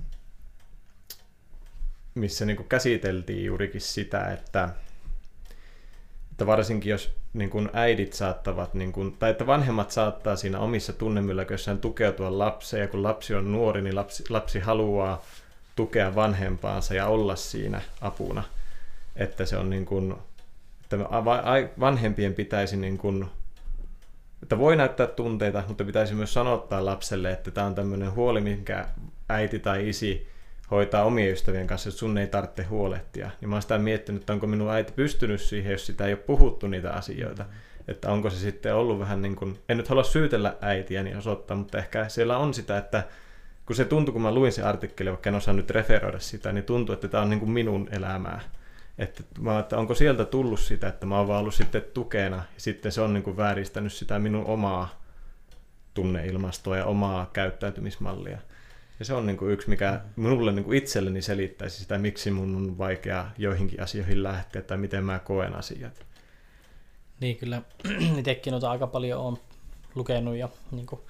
missä niin kuin käsiteltiin juurikin sitä, että varsinkin jos niin kuin äidit saattavat, niin kuin, tai että vanhemmat saattaa siinä omissa tunnemylläköissään tukeutua lapseen, ja kun lapsi on nuori, niin lapsi haluaa tukea vanhempaansa ja olla siinä apuna. Että se on niin kuin, että vanhempien pitäisi, niin kuin, että voi näyttää tunteita, mutta pitäisi myös sanottaa lapselle, että tämä on tämmöinen huoli, minkä äiti tai isi hoitaa omien ystävien kanssa, että sun ei tarvitse huolehtia. Niin mä oon sitä miettinyt, että onko minun äiti pystynyt siihen, jos sitä ei ole puhuttu niitä asioita. Että onko se sitten ollut vähän niin kuin, en nyt halua syytellä äitiäni osoittaa, mutta ehkä siellä on sitä, että kun se tuntui, kun mä luin se artikkeli, vaikka en osaa nyt referoida sitä, niin tuntui, että tämä on niin kuin minun elämää. Että onko sieltä tullut sitä, että mä oon vaan ollut sitten tukena, ja sitten se on niin kuin vääristänyt sitä minun omaa tunneilmastoa ja omaa käyttäytymismallia. Ja se on niin kuin yksi, mikä minulle niin kuin itselleni selittäisi sitä, miksi mun on vaikea joihinkin asioihin lähteä tai miten mä koen asiat. Niin kyllä, itsekin noita aika paljon olen lukenut ja niin kuin,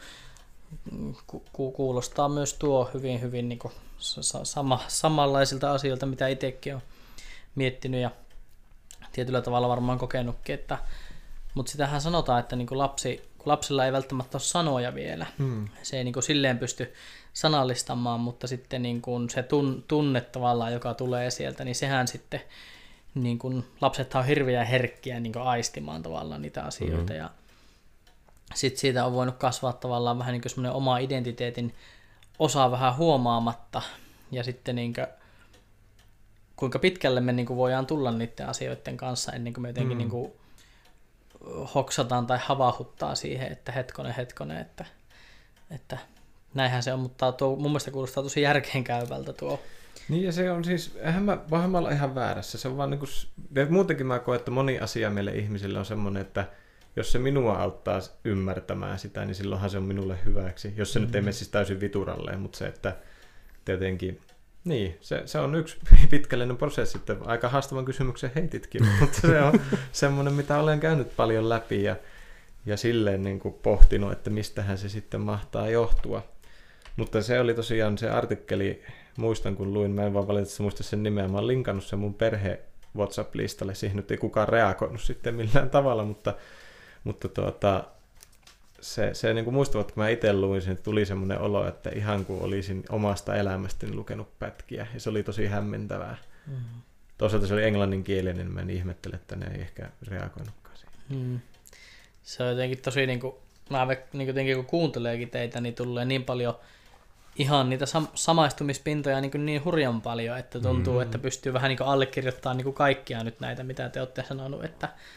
kuulostaa myös tuo hyvin niin kuin samanlaisilta asioilta, mitä itsekin olen miettinyt ja tietyllä tavalla varmaan kokenutkin. Mutta sitähän sanotaan, että niin kuin lapsella ei välttämättä ole sanoja vielä. Se ei niin kuin silleen pysty sanallistamaan, mutta sitten niin kuin se tunne tavallaan, joka tulee sieltä, niin sehän sitten, niin kuin, lapsethan on hirveän herkkiä niin kuin aistimaan tavallaan niitä asioita, ja sitten siitä on voinut kasvaa tavallaan vähän niin kuin semmoinen oma identiteetin osa vähän huomaamatta, ja sitten niin kuin, kuinka pitkälle me niin kuin voidaan tulla niiden asioiden kanssa ennen kuin me jotenkin niin kuin hoksataan tai havahuttaa siihen, että hetkonen, että näinhän se on, mutta tuo mun mielestä kuulostaa tosi järkeenkäyvältä tuo. Niin ja se on siis, eihän mä olla ihan väärässä, se on vaan niinku, muutenkin mä koen, että moni asia meille ihmisille on semmoinen, että jos se minua auttaa ymmärtämään sitä, niin silloinhan se on minulle hyväksi. Jos se nyt ei mene siis täysin vituralleen, mutta se, että tietenkin, niin, se on yksi pitkällinen prosessi, että aika haastavan kysymyksen heititkin, mutta se on semmoinen, mitä olen käynyt paljon läpi ja silleen niin kuin pohtinut, että mistähän se sitten mahtaa johtua. Mutta se oli tosiaan se artikkeli, muistan kun luin, mä en vaan valitettavasti muista sen nimeä, mä oon linkannut sen mun perhe WhatsApp-listalle, siihen nyt ei kukaan reagoinut sitten millään tavalla, mutta se niin kuin muistavat, kun mä itse luin sen, että tuli semmoinen olo, että ihan kuin olisin omasta elämästäni lukenut pätkiä, ja se oli tosi hämmentävää. Toisaalta se oli englanninkielinen, niin mä en ihmettele, että ne ei ehkä reagoinutkaan siihen. Se on jotenkin tosi, jotenkin kun kuunteleekin teitä, niin tulee niin paljon ihan niitä samaistumispintoja niin hurjan paljon, että tuntuu, että pystyy vähän niin kuin allekirjoittamaan niin kuin kaikkia nyt näitä, mitä te olette sanonut,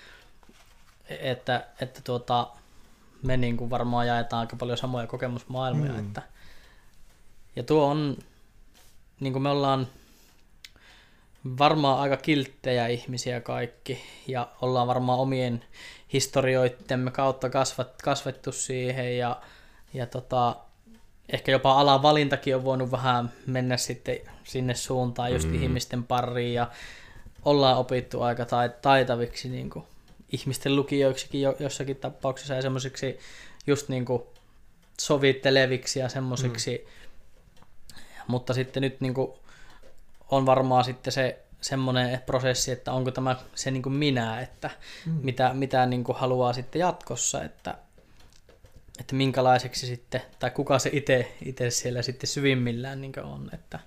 että me niin kuin varmaan jaetaan aika paljon samoja kokemusmaailmoja. Ja tuo on, niin kuin me ollaan varmaan aika kilttejä ihmisiä kaikki, ja ollaan varmaan omien historioittemme kautta kasvettu siihen, ja ehkä jopa alan valintakin on voinut vähän mennä sitten sinne suuntaan just ihmisten pariin, ja ollaan opittu aika taitaviksi niin kuin ihmisten lukijoiksikin jossakin tapauksessa, ja semmoisiksi just niin kuin sovitteleviksi ja semmoisiksi, mutta sitten nyt niin kuin on varmaan sitten se semmoinen prosessi, että onko tämä se niin kuin minä, että mitä niin kuin haluaa sitten jatkossa, että minkälaiseksi sitten, tai kuka se itse siellä sitten syvimmillään niin kuin on, että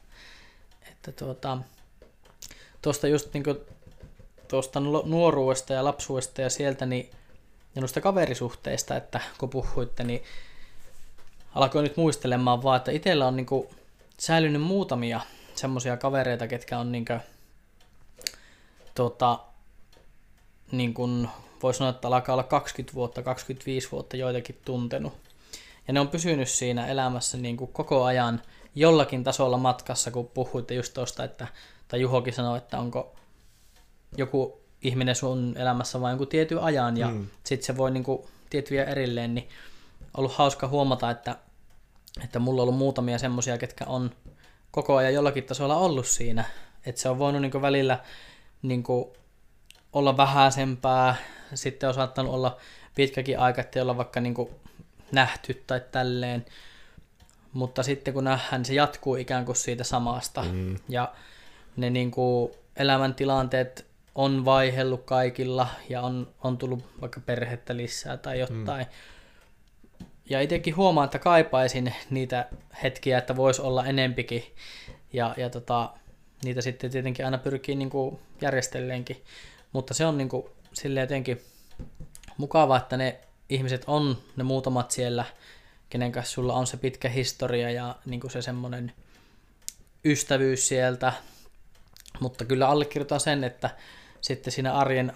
tuosta just niin kuin tuosta nuoruudesta ja lapsuudesta ja sieltä niin, ja noista kaverisuhteista, että kun puhuitte, niin alkoi nyt muistelemaan vaan, että itsellä on niin kuin säilynyt muutamia semmoisia kavereita, ketkä on niin kuin voisi sanoa, että alkaa olla 20 vuotta, 25 vuotta joitakin tuntenut. Ja ne on pysynyt siinä elämässä niin kuin koko ajan jollakin tasolla matkassa, kun puhuitte just tuosta, tai Juhokin sanoi, että onko joku ihminen sun elämässä vain jonkun tietyn ajan, ja sitten se voi niin kuin tiettyjä erilleen, niin on ollut hauska huomata, että mulla on ollut muutamia semmoisia, ketkä on koko ajan jollakin tasolla ollut siinä, että se on voinut niin kuin välillä niin kuin olla vähäisempää, sitten on saattanut olla pitkäkin aika, ettei olla vaikka niin kuin nähty tai tälleen, mutta sitten kun nähdään, niin se jatkuu ikään kuin siitä samasta, ja ne niin kuin elämäntilanteet on vaihellut kaikilla, ja on tullut vaikka perhettä lisää tai jotain, ja itsekin huomaan, että kaipaisin niitä hetkiä, että voisi olla enempikin, ja niitä sitten tietenkin aina pyrkii niin kuin järjestelleenkin, mutta se on niin kuin silleen jotenkin mukavaa, että ne ihmiset on ne muutamat siellä, kenen kanssa sulla on se pitkä historia ja niin kuin se semmoinen ystävyys sieltä, mutta kyllä allekirjoitan sen, että sitten siinä arjen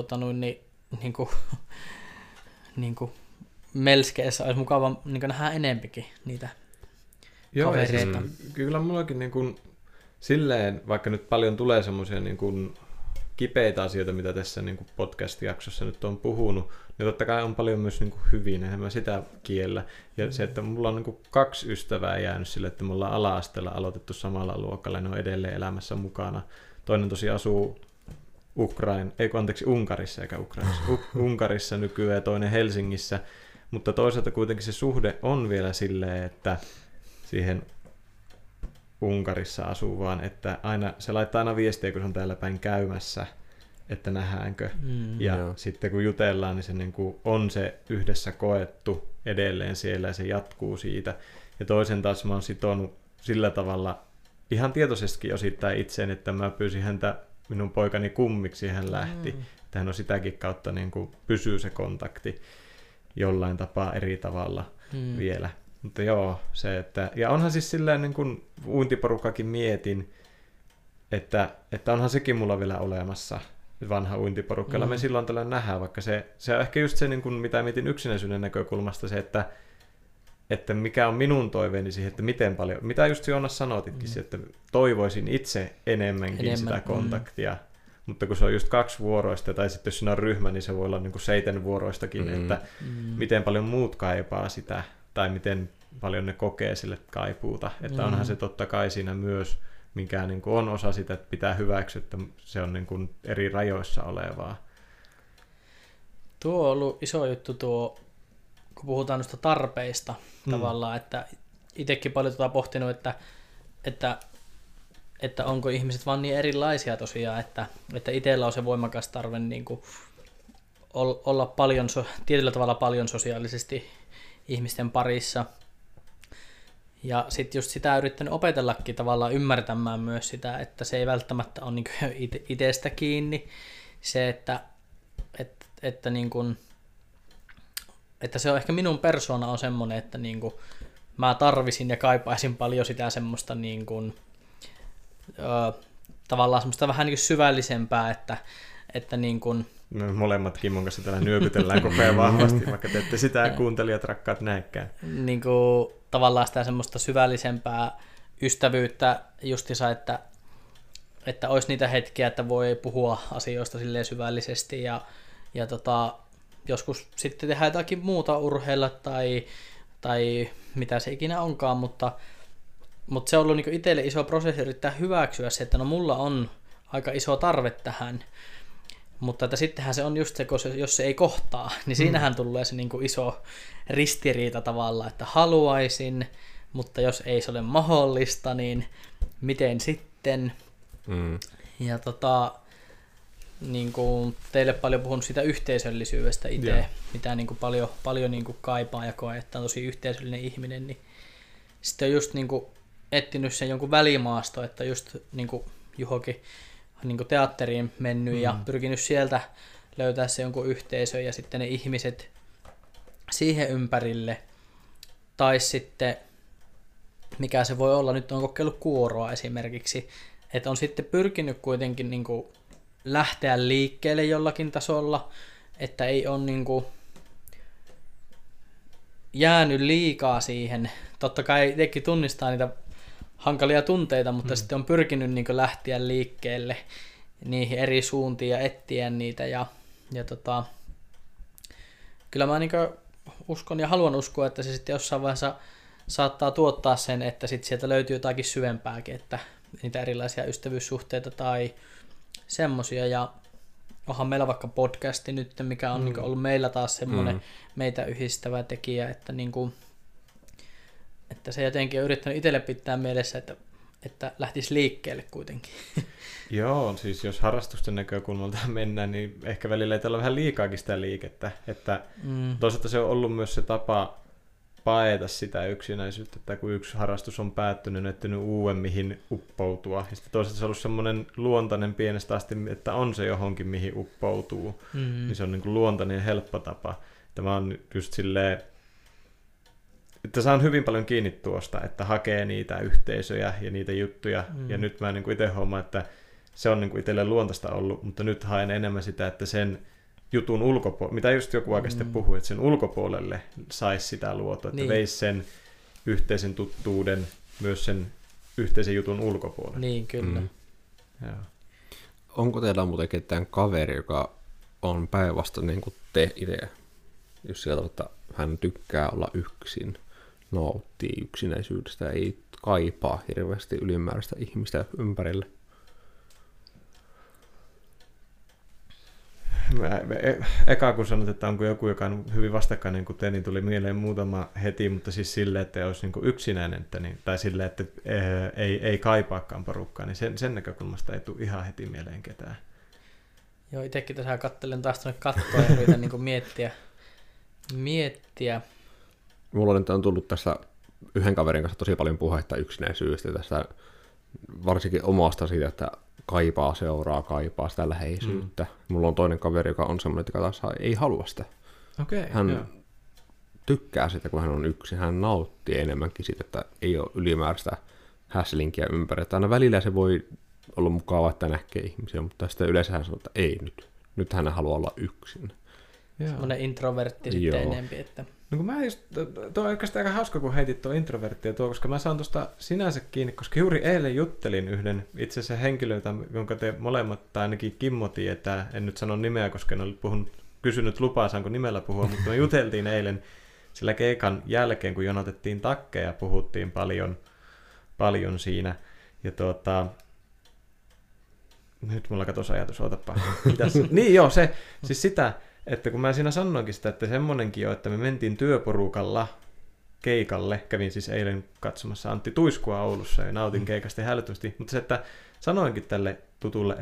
niin kuin melskeessä olisi mukava niin kuin nähdä enempikin niitä kavereita. Siis, kyllä mullakin niin kuin, silleen, vaikka nyt paljon tulee semmoisia niin kuin kipeitä asioita, mitä tässä niin kuin podcast-jaksossa nyt on puhunut, niin totta kai on paljon myös niin kuin hyvin, enhän mä sitä kiellä. Ja se, että mulla on niin kuin 2 ystävää jäänyt sille, että me ollaan ala-asteella aloitettu samalla luokalla, ja ne on edelleen elämässä mukana. Toinen tosi asuu Unkarissa eikä Ukrainassa. Unkarissa nykyään ja toinen Helsingissä, mutta toisaalta kuitenkin se suhde on vielä silleen, että siihen Unkarissa asuvaan, että se laittaa aina viestiä, kun se on täällä päin käymässä, että nähdäänkö. Ja sitten kun jutellaan, niin se niin kuin on se yhdessä koettu edelleen siellä ja se jatkuu siitä. Ja toisen taas mä oon sitonut sillä tavalla ihan tietoisestikin osittain itseen, että mä pyysin häntä minun poikani kummiksi ja hän lähti. Että hän on sitäkin kautta niin kuin pysyy se kontakti jollain tapaa eri tavalla vielä. Mutta joo, se, että... Ja onhan siis silleen, niin kuin uintiporukkakin mietin, että onhan sekin mulla vielä olemassa, vanha uintiporukka, me silloin tällä nähdään, vaikka se on ehkä just se, niin kuin, mitä mietin yksinäisyyden näkökulmasta, se, että mikä on minun toiveeni siihen, että miten paljon, mitä just Joonas sanotitkin, että toivoisin itse enemmän sitä kontaktia, mutta kun se on just 2 vuoroista, tai sitten jos siinä on ryhmä, niin se voi olla niin kuin 7 vuoroistakin, että miten paljon muut kaipaa sitä, tai miten paljon ne kokee sille kaipuuta. Että onhan se totta kai siinä myös, mikä niin kuin on osa sitä, että pitää hyväksyä, että se on niin kuin eri rajoissa olevaa. Tuo on ollut iso juttu kun puhutaan noista tarpeista tavallaan, että itsekin paljon pohtinut, että onko ihmiset vaan niin erilaisia tosiaan, että itsellä on se voimakas tarve niin kuin olla paljon, tietyllä tavalla paljon sosiaalisesti ihmisten parissa. Ja sitten just sitä yrittänyt opetellakin tavallaan ymmärtämään myös sitä, että se ei välttämättä ole niin itsestä kiinni. Se, että, niin kuin, että se on ehkä minun persoona on semmoinen, että niin kuin mä tarvisin ja kaipaisin paljon sitä semmoista niin kuin, tavallaan semmoista vähän niin kuin syvällisempää, että niin kuin, me molemmat Kimmon kanssa täällä nyökytellään koko ajan vahvasti, vaikka te ette sitä kuuntelijat rakkaat näekään. Niin kuin, tavallaan sitä semmoista syvällisempää ystävyyttä justiinsa, että olisi niitä hetkiä, että voi puhua asioista silleen syvällisesti ja joskus sitten tehdä jotakin muuta urheilla tai mitä se ikinä onkaan, mutta se on ollut niin itselle iso prosessi yrittää hyväksyä se, että no mulla on aika iso tarve tähän, mutta että sittenhän se on just se, jos se ei kohtaa, niin siinähän tulee se niin kuin iso ristiriita tavallaan, että haluaisin, mutta jos ei se ole mahdollista, niin miten sitten? Ja niin kuin teille paljon puhunut siitä yhteisöllisyydestä itse, mitä niin kuin paljon niin kuin kaipaa ja koe, että on tosi yhteisöllinen ihminen, niin sitten on just niin kuin etsinyt sen jonkun välimaasto, että just niin kuin Juhokin niin kuin teatteriin mennyt ja pyrkinyt sieltä löytää se jonkun yhteisön ja sitten ne ihmiset siihen ympärille. Tai sitten, mikä se voi olla, nyt on kokeillut kuoroa esimerkiksi, että on sitten pyrkinyt kuitenkin niin kuin lähteä liikkeelle jollakin tasolla, että ei ole niin kuin jäänyt liikaa siihen. Totta kai itsekin tunnistaa niitä hankalia tunteita, mutta sitten on pyrkinyt niin kuin lähteä liikkeelle niihin eri suuntiin ja etsiä niitä. Ja kyllä mä niin kuin uskon ja haluan uskoa, että se sitten jossain vaiheessa saattaa tuottaa sen, että sitten sieltä löytyy jotakin syvempääkin, että niitä erilaisia ystävyyssuhteita tai semmosia, ja onhan meillä vaikka podcasti nyt, mikä on niin kuin ollut meillä taas semmoinen meitä yhdistävä tekijä, että, niin kuin, että se jotenkin on yrittänyt itselle pitää mielessä, että lähtisi liikkeelle kuitenkin. Joo, siis jos harrastusten näkökulmalta mennään, niin ehkä välillä ei tällä vähän liikaakin sitä liikettä, että toisaalta se on ollut myös se tapa paeta sitä yksinäisyyttä, että kun yksi harrastus on päättynyt, etsinyt uuden mihin uppoutua. Ja sitten toisaalta se on ollut semmoinen luontainen pienestä asti, että on se johonkin mihin uppoutuu. Niin se on niin kuin luontainen ja helppo tapa. Tämä on just silleen, että saan hyvin paljon kiinni tuosta, että hakee niitä yhteisöjä ja niitä juttuja. Ja nyt mä niin kuin itse huomaan, että se on niin kuin itselle luontaista ollut, mutta nyt haen enemmän sitä, että sen jutun ulkopuolelle, mitä just joku aika sitten puhui, että sen ulkopuolelle saisi sitä luotua, että veisi sen yhteisen tuttuuden myös sen yhteisen jutun ulkopuolelle. Niin, kyllä. Joo. Onko teillä muuten ketään kaveri, joka on päinvastoin niin kuin te itse, jos sieltä, että hän tykkää olla yksin, nauttii yksinäisyydestä, ei kaipaa hirveästi ylimääräistä ihmistä ympärille? Eka kun sanot, että onko joku, joka on hyvin vastakkainen kuin te, niin tuli mieleen muutama heti, mutta siis silleen, että olisi niin kuin yksinäinen, tai silleen, että ei kaipaakaan porukkaa, niin sen näkökulmasta ei tule ihan heti mieleen ketään. Joo, itsekin tässä katselen taas tuonne kattoon ja yritän niin miettiä. Mulla on tullut tässä yhden kaverin kanssa tosi paljon puhetta yksinäisyydestä, tästä varsinkin omasta siitä, että kaipaa seuraa, kaipaa sitä läheisyyttä. Mulla on toinen kaveri, joka on semmoinen, joka taas ei halua sitä. Hän tykkää sitä, kun hän on yksin. Hän nauttii enemmänkin siitä, että ei ole ylimääräistä häslinkiä ympäri. Että aina välillä se voi olla mukava, että näkee ihmisiä, mutta sitten yleensä hän sanoo, että ei nyt. Nyt hän haluaa olla yksin. Semmoinen introvertti sitten enempi. Että... No kun mä just, tuo on oikeastaan aika hauska, kun heitit tuo introverttia tuo, koska mä saan tuosta sinänsä kiinni, koska juuri eilen juttelin yhden itse asiassa henkilöitä, jonka te molemmat, tai ainakin Kimmo tietää, en nyt sano nimeä, koska en ole kysynyt lupaa, saanko nimellä puhua, mutta me juteltiin eilen sillä keikan jälkeen, kun jonotettiin takkeja, puhuttiin paljon siinä, ja nyt mulla katosi ajatus, ootapa. Niin joo, se, siis sitä, että kun mä siinä sanoinkin sitä, että semmonenkin on, että me mentiin työporukalla keikalle. Kävin siis eilen katsomassa Antti Tuiskua Oulussa ja nautin keikasta hälyttävästi. Mutta se, että sanoinkin tälle tutulle,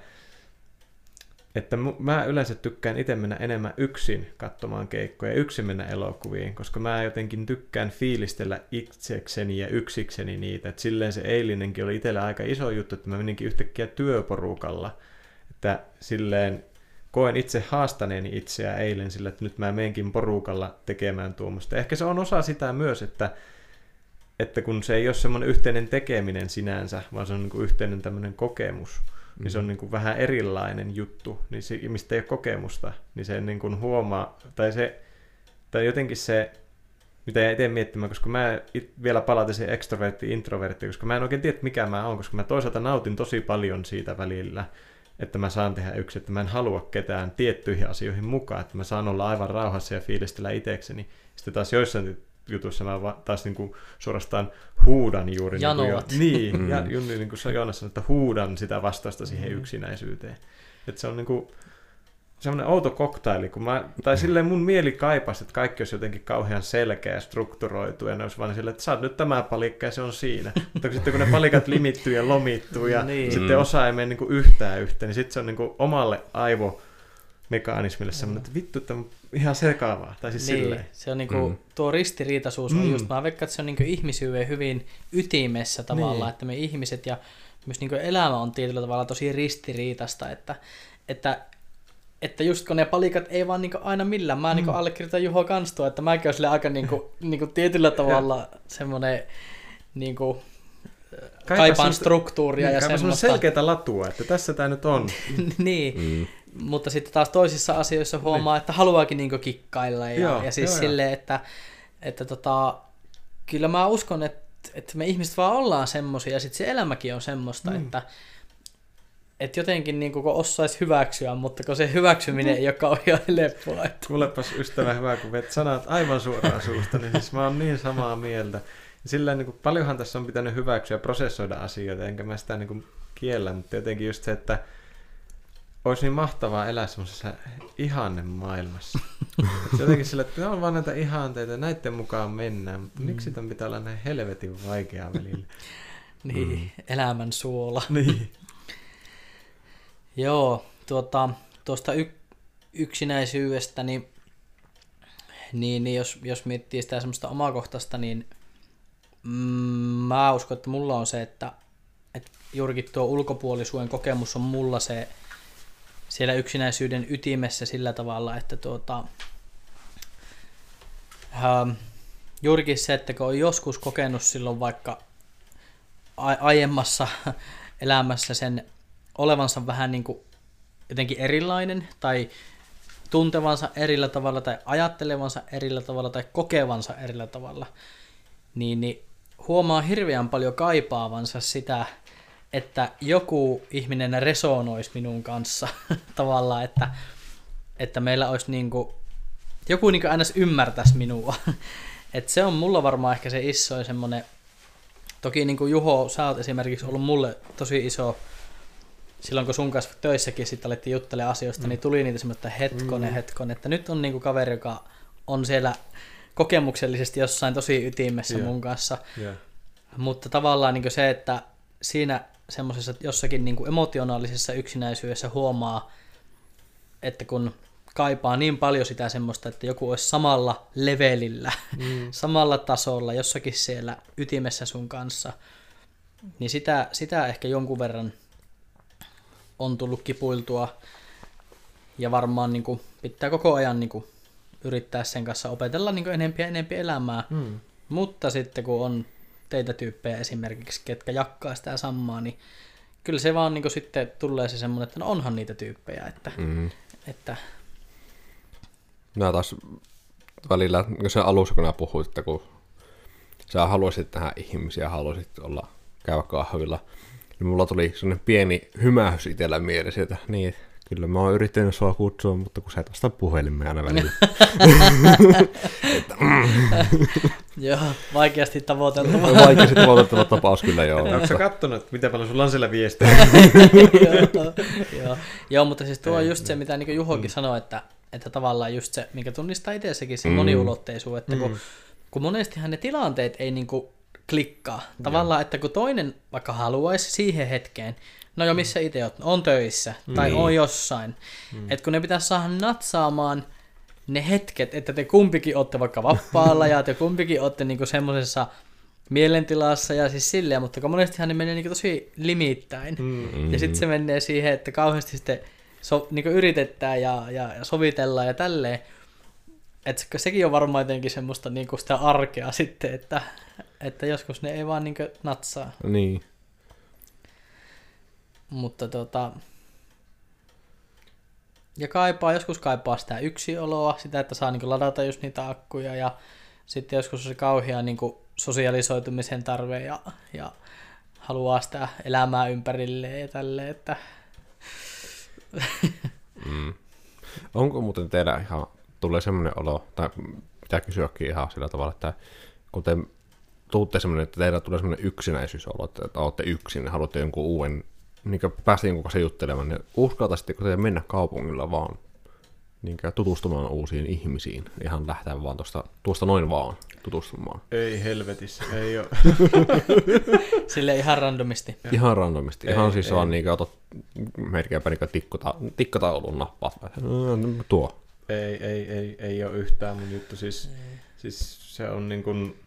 että mä yleensä tykkään itse mennä enemmän yksin katsomaan keikkoja ja yksin mennä elokuviin, koska mä jotenkin tykkään fiilistellä itsekseni ja yksikseni niitä. Et silleen se eilinenkin oli itselle aika iso juttu, että mä meninkin yhtäkkiä työporukalla. Että silleen koen itse haastaneeni itseä eilen sillä, että nyt mä menenkin porukalla tekemään tuommoista. Ehkä se on osa sitä myös, että kun se ei ole semmoinen yhteinen tekeminen sinänsä, vaan se on niin kuin yhteinen tämmöinen kokemus, niin se on niin kuin vähän erilainen juttu, niin se, mistä ei ole kokemusta, niin se niin kuin huomaa, tai jotenkin se, mitä jäin itse miettimään, koska mä vielä palatin se extrovertti-introvertti, koska mä en oikein tiedä, mikä mä oon, koska mä toisaalta nautin tosi paljon siitä välillä, että mä saan tehdä yksin, että mä en halua ketään tiettyihin asioihin mukaan, että mä saan olla aivan rauhassa ja fiilistellä itsekseni. Sitten taas joissain jutuissa mä taas niinku suorastaan huudan juuri. Niin, ja niin kuin Joonas sanoi, että huudan sitä vastausta siihen yksinäisyyteen. Että se on niinku semmoinen outo koktaili, tai silleen mun mieli kaipasi, että kaikki olisi jotenkin kauhean selkeä ja strukturoitu, ja ne olisi vaan silleen, että sä oot nyt tämä palikka ja se on siinä. Mutta sitten kun ne palikat limittyy ja lomittuu, ja sitten osa ei mene niinku yhtään yhteen, niin sitten se on niinku omalle aivomekanismille semmoinen, että vittu, tämä on ihan sekaavaa. Tai siis silleen. Se on niinku, tuo ristiriitaisuus on just, mä veikkaan, että se on niinku ihmisyyden hyvin ytimessä tavallaan, että me ihmiset ja myös niinku elämä on tietyllä tavalla tosi ristiriitasta, että just kun ne palikat ei vaan niinku aina millään. Mä niinku allekirjoitan Juho Kanstoa, että mäkin olen sille aika niinku tietyllä tavalla semmoinen niinku kaipaan struktuuria ja semmoista. Selkeätä latua, että tässä tää nyt on. Niin, mutta sitten taas toisissa asioissa huomaa, että haluaakin niinku kikkailla ja siis silleen, että kyllä mä uskon, että me ihmiset vaan ollaan semmosia ja sitten se elämäkin on semmoista, että jotenkin niin kun osaisi hyväksyä, mutta kun se hyväksyminen ei ole kauhean helppoa. Kuulepas ystävä hyvä, kun vet sanat aivan suoraan suusta, niin siis mä oon niin samaa mieltä. Silleen niin paljonhan tässä on pitänyt hyväksyä ja prosessoida asioita, enkä mä sitä niin kiellä, mutta jotenkin just se, että olisi niin mahtavaa elää semmoisessa ihannemaailmassa. Jotenkin sillä, että on vaan näitä ihanteita, näiden mukaan mennään, mutta miksi tämän pitää olla näin helvetin vaikeaa välillä? Niin, elämän suola. Niin. Joo, tuosta yksinäisyydestä, niin jos miettii sitä semmoista omakohtaista, niin mä uskon, että mulla on se, että juurikin tuo ulkopuolisuuden kokemus on mulla se siellä yksinäisyyden ytimessä sillä tavalla, että juurikin se, että kun on joskus kokenut silloin vaikka aiemmassa elämässä sen olevansa vähän niin kuin jotenkin erilainen tai tuntevansa erillä tavalla tai ajattelevansa erillä tavalla tai kokevansa erillä tavalla, niin huomaa hirveän paljon kaipaavansa sitä, että joku ihminen resonoisi minun kanssa tavallaan, että meillä olisi joku aina ymmärtäisi minua. Että se on mulla varmaan ehkä se isoin semmoinen, toki niin kuin Juho, sä oot esimerkiksi ollut mulle tosi iso, silloin kun sun kanssa töissäkin sitten alettiin juttelemaan asioista, niin tuli niitä semmoista hetkonen, että nyt on niinku kaveri, joka on siellä kokemuksellisesti jossain tosi ytimessä mun kanssa. Mutta tavallaan niinku se, että siinä semmoisessa jossakin niinku emotionaalisessa yksinäisyydessä huomaa, että kun kaipaa niin paljon sitä semmoista, että joku olisi samalla levelillä, samalla tasolla, jossakin siellä ytimessä sun kanssa, niin sitä ehkä jonkun verran on tullut kipuiltua ja varmaan pitää koko ajan yrittää sen kanssa opetella enempiä elämää, mutta sitten kun on teitä tyyppejä esimerkiksi, ketkä jakkaa sitä samaa, niin kyllä se vaan sitten tulee se semmoinen, että no onhan niitä tyyppejä, että minä taas välillä, se alussa kun puhuit, että kun sä haluaisit nähdä ihmisiä, haluaisit käydä kahvilla, niin mulla tuli sellainen pieni hymähys itsellä mielessä, että niin, kyllä mä oon yrittänyt sua kutsua, mutta kun sä et vastaa puhelimeen aina välillä. Joo, vaikeasti tavoiteltava. Vaikeasti tavoiteltava tapaus kyllä, joo. Onko sä kattonut, miten paljon sulla on siellä viestejä? Joo, mutta siis tuo on just se, mitä Juhokin sanoi, että tavallaan just se, minkä tunnistaa itsessäkin, se moniulotteisuus, että kun kun monestihan ne tilanteet ei niinku klikkaa. Tavallaan, että kun toinen vaikka haluaisi siihen hetkeen, no jo missä itse oot, on töissä tai on jossain, että kun ne pitäisi saada natsaamaan ne hetket, että te kumpikin olette vaikka vapaalla ja te kumpikin olette niinku semmoisessa mielentilassa ja siis silleen, mutta kun monestihan ne menee niinku tosi limittäin. Ja sitten se menee siihen, että kauheasti sitten niinku yritetään ja sovitellaan ja tälleen. Että sekin on varmaan jotenkin semmoista niinku sitä arkea sitten, että joskus ne ei vaan niinku natsaa. Niin. Mutta ja joskus kaipaa sitä yksiooloa, sitä, että saa niinku ladata just niitä akkuja ja sitten joskus on se kauhea niinku sosialisoitumisen tarve ja haluaa sitä elämää ympärilleen ja tälleen, että... Onko muuten teillä ihan, tulee semmoinen olo, tai pitää kysyäkin ihan sillä tavalla, että kun te tuutte semmoinen, että teillä tulee semmoinen yksinäisyysolo, että olette yksin ja haluatte jonkun uuden, niin päästä jonkun kanssa juttelemaan, niin uskaltaisitteko te mennä kaupungilla vaan niin tutustumaan uusiin ihmisiin, ihan lähteä vaan tuosta noin vaan tutustumaan? Ei helvetissä, ei ole. Silleen ihan randomisti. Ihan randomisti. Ihan siis vaan niin otat melkeinpä niin tikkataulun nappaat. Tuo. Ei ole yhtään mun juttu. Siis se on niin kuin...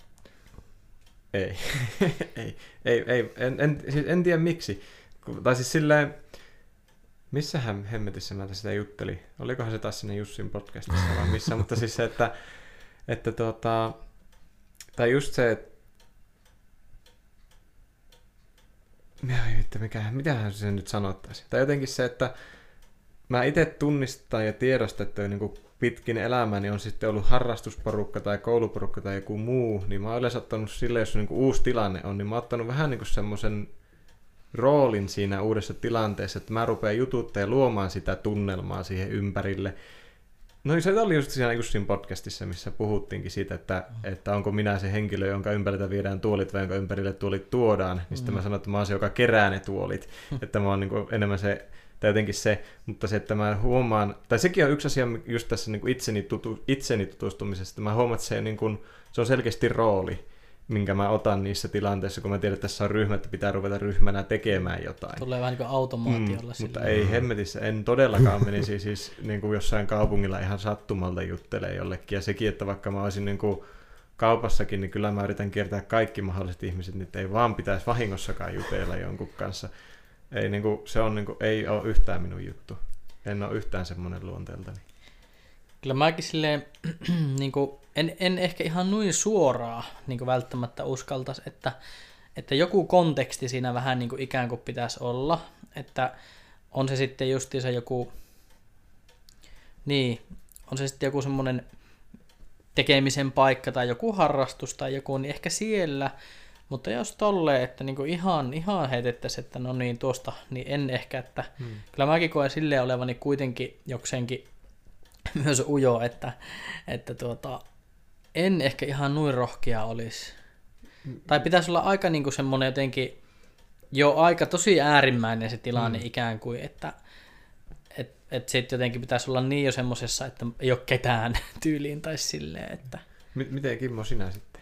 En tiedä miksi. Tai siis silleen... Missähän hemmetissä mä sitä juttelin? Olikohan se taas sinne Jussin podcastissa vai missä? Mutta siis se, että tai just se, että mitähän se nyt sanottaisi? Tai jotenkin se, että mä itse tunnistan ja tiedostan, että niin kuin pitkin elämäni on sitten ollut harrastusporukka tai kouluporukka tai joku muu, niin mä oon yleensä ottanut sille, jos niin kuin uusi tilanne on, niin mä oon ottanut vähän niin kuin semmoisen roolin siinä uudessa tilanteessa, että mä rupean jututtaa ja luomaan sitä tunnelmaa siihen ympärille. No se oli just siinä podcastissa, missä puhuttiinkin siitä, että onko minä se henkilö, jonka ympäriltä viedään tuolit vai jonka ympärille tuolit tuodaan. Niin sitten mä sanoin, että mä oon se, joka kerää ne tuolit. Että mä oon niin kuin enemmän se, tai jotenkin se, mutta se, että mä huomaan, tai sekin on yksi asia just tässä niin kuin itseni tutustumisessa, että mä huomaan, että se, niin kuin, se on selkeästi rooli, minkä mä otan niissä tilanteissa, kun mä tiedän, että tässä on ryhmä, että pitää ruveta ryhmänä tekemään jotain. Tulee vähän niin kuin automaatiolla. Mutta ei hemmetissä, en todellakaan menisi siis niin kuin jossain kaupungilla ihan sattumalta juttelee jollekin. Ja sekin, että vaikka mä olisin niin kuin kaupassakin, niin kyllä mä yritän kiertää kaikki mahdolliset ihmiset, niin ei vaan pitäisi vahingossakaan jutella jonkun kanssa. Ei, niin kuin, se on, niin kuin, ei ole yhtään minun juttu. En ole yhtään semmoinen luonteeltani. Kyllä mäkin silleen, niin kuin, en ehkä ihan noin suoraan niin kuin välttämättä uskaltaisi, että joku konteksti siinä vähän niin kuin ikään kuin pitäisi olla, että on se sitten justiinsa joku, niin, on se sitten joku semmoinen tekemisen paikka tai joku harrastus tai joku, niin ehkä siellä, mutta jos tolleen, että niin kuin ihan heitettäisiin, että no niin tuosta, niin en ehkä, että kyllä mäkin koen silleen olevani kuitenkin jokseenkin myös ujo, että en ehkä ihan noin rohkea olisi. Tai pitäisi olla aika niin kuin semmoinen jotenkin jo aika tosi äärimmäinen se tilanne ikään kuin, että sitten jotenkin pitäisi olla niin jo semmosessa, että ei ole ketään tyyliin tai silleen, että... Miten Kimmo sinä sitten?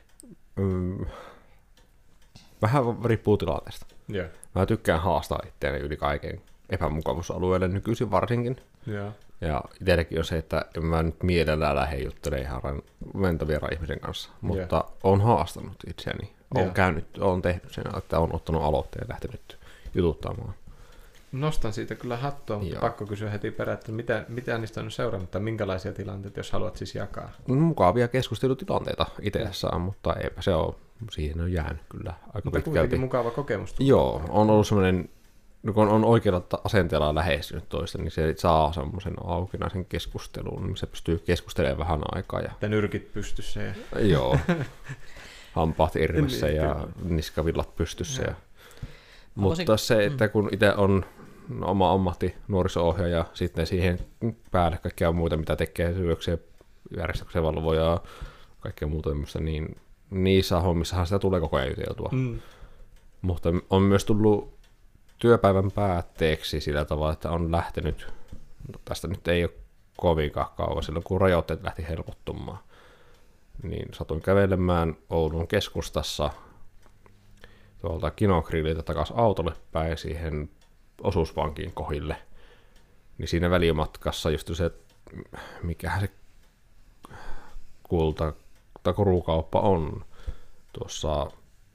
Vähän riippuu tilanteesta. Yeah. Mä tykkään haastaa itseäni yli kaiken epämukavuusalueelle nykyisin varsinkin. Yeah. Ja itsellekin on se, että mä nyt mielellään lähden juttelemaan ihan mentavieran ihmisen kanssa, mutta olen haastanut itseäni. Olen tehnyt sen, että olen ottanut aloitteen ja lähtenyt jututtamaan. Nostan siitä kyllä hattua, mutta pakko kysyä heti perään, että mitä niistä on seurannut, tai minkälaisia tilanteita, jos haluat siis jakaa? Mukavia keskustelutilanteita itsessään, mutta eipä se ole, siihen on jäänyt kyllä aika pitkälti. Kuitenkin mukava kokemus. Joo, on ollut semmoinen, kun on oikealla asenteella lähestynyt toista, niin se saa semmoisen aukinaisen keskustelun, missä pystyy keskustelemaan vähän aikaa. Ja nyrkit pystyssä. Ja... Joo, hampaat irmessä ja niskavillat pystyssä. Ja... Mutta se, että kun itse on oma ammatti nuoriso-ohjaaja, sitten siihen päälle kaikkea muuta, mitä tekee syökseen, järjestökseen valvoja ja kaikkea muuta tämmöistä, niin niissä hommissahan sitä tulee koko ajan juteltua. Mutta on myös tullut työpäivän päätteeksi sillä tavalla, että on lähtenyt, tästä nyt ei ole kovinkaan kauan silloin, kun rajoitteet lähti helpottumaan, niin satuin kävelemään Oulun keskustassa tuolta Kinogrilliltä takaisin autolle päin siihen osuusvankin kohille. Niin siinä välimatkassa just se, mikähän se korukauppa on tuossa,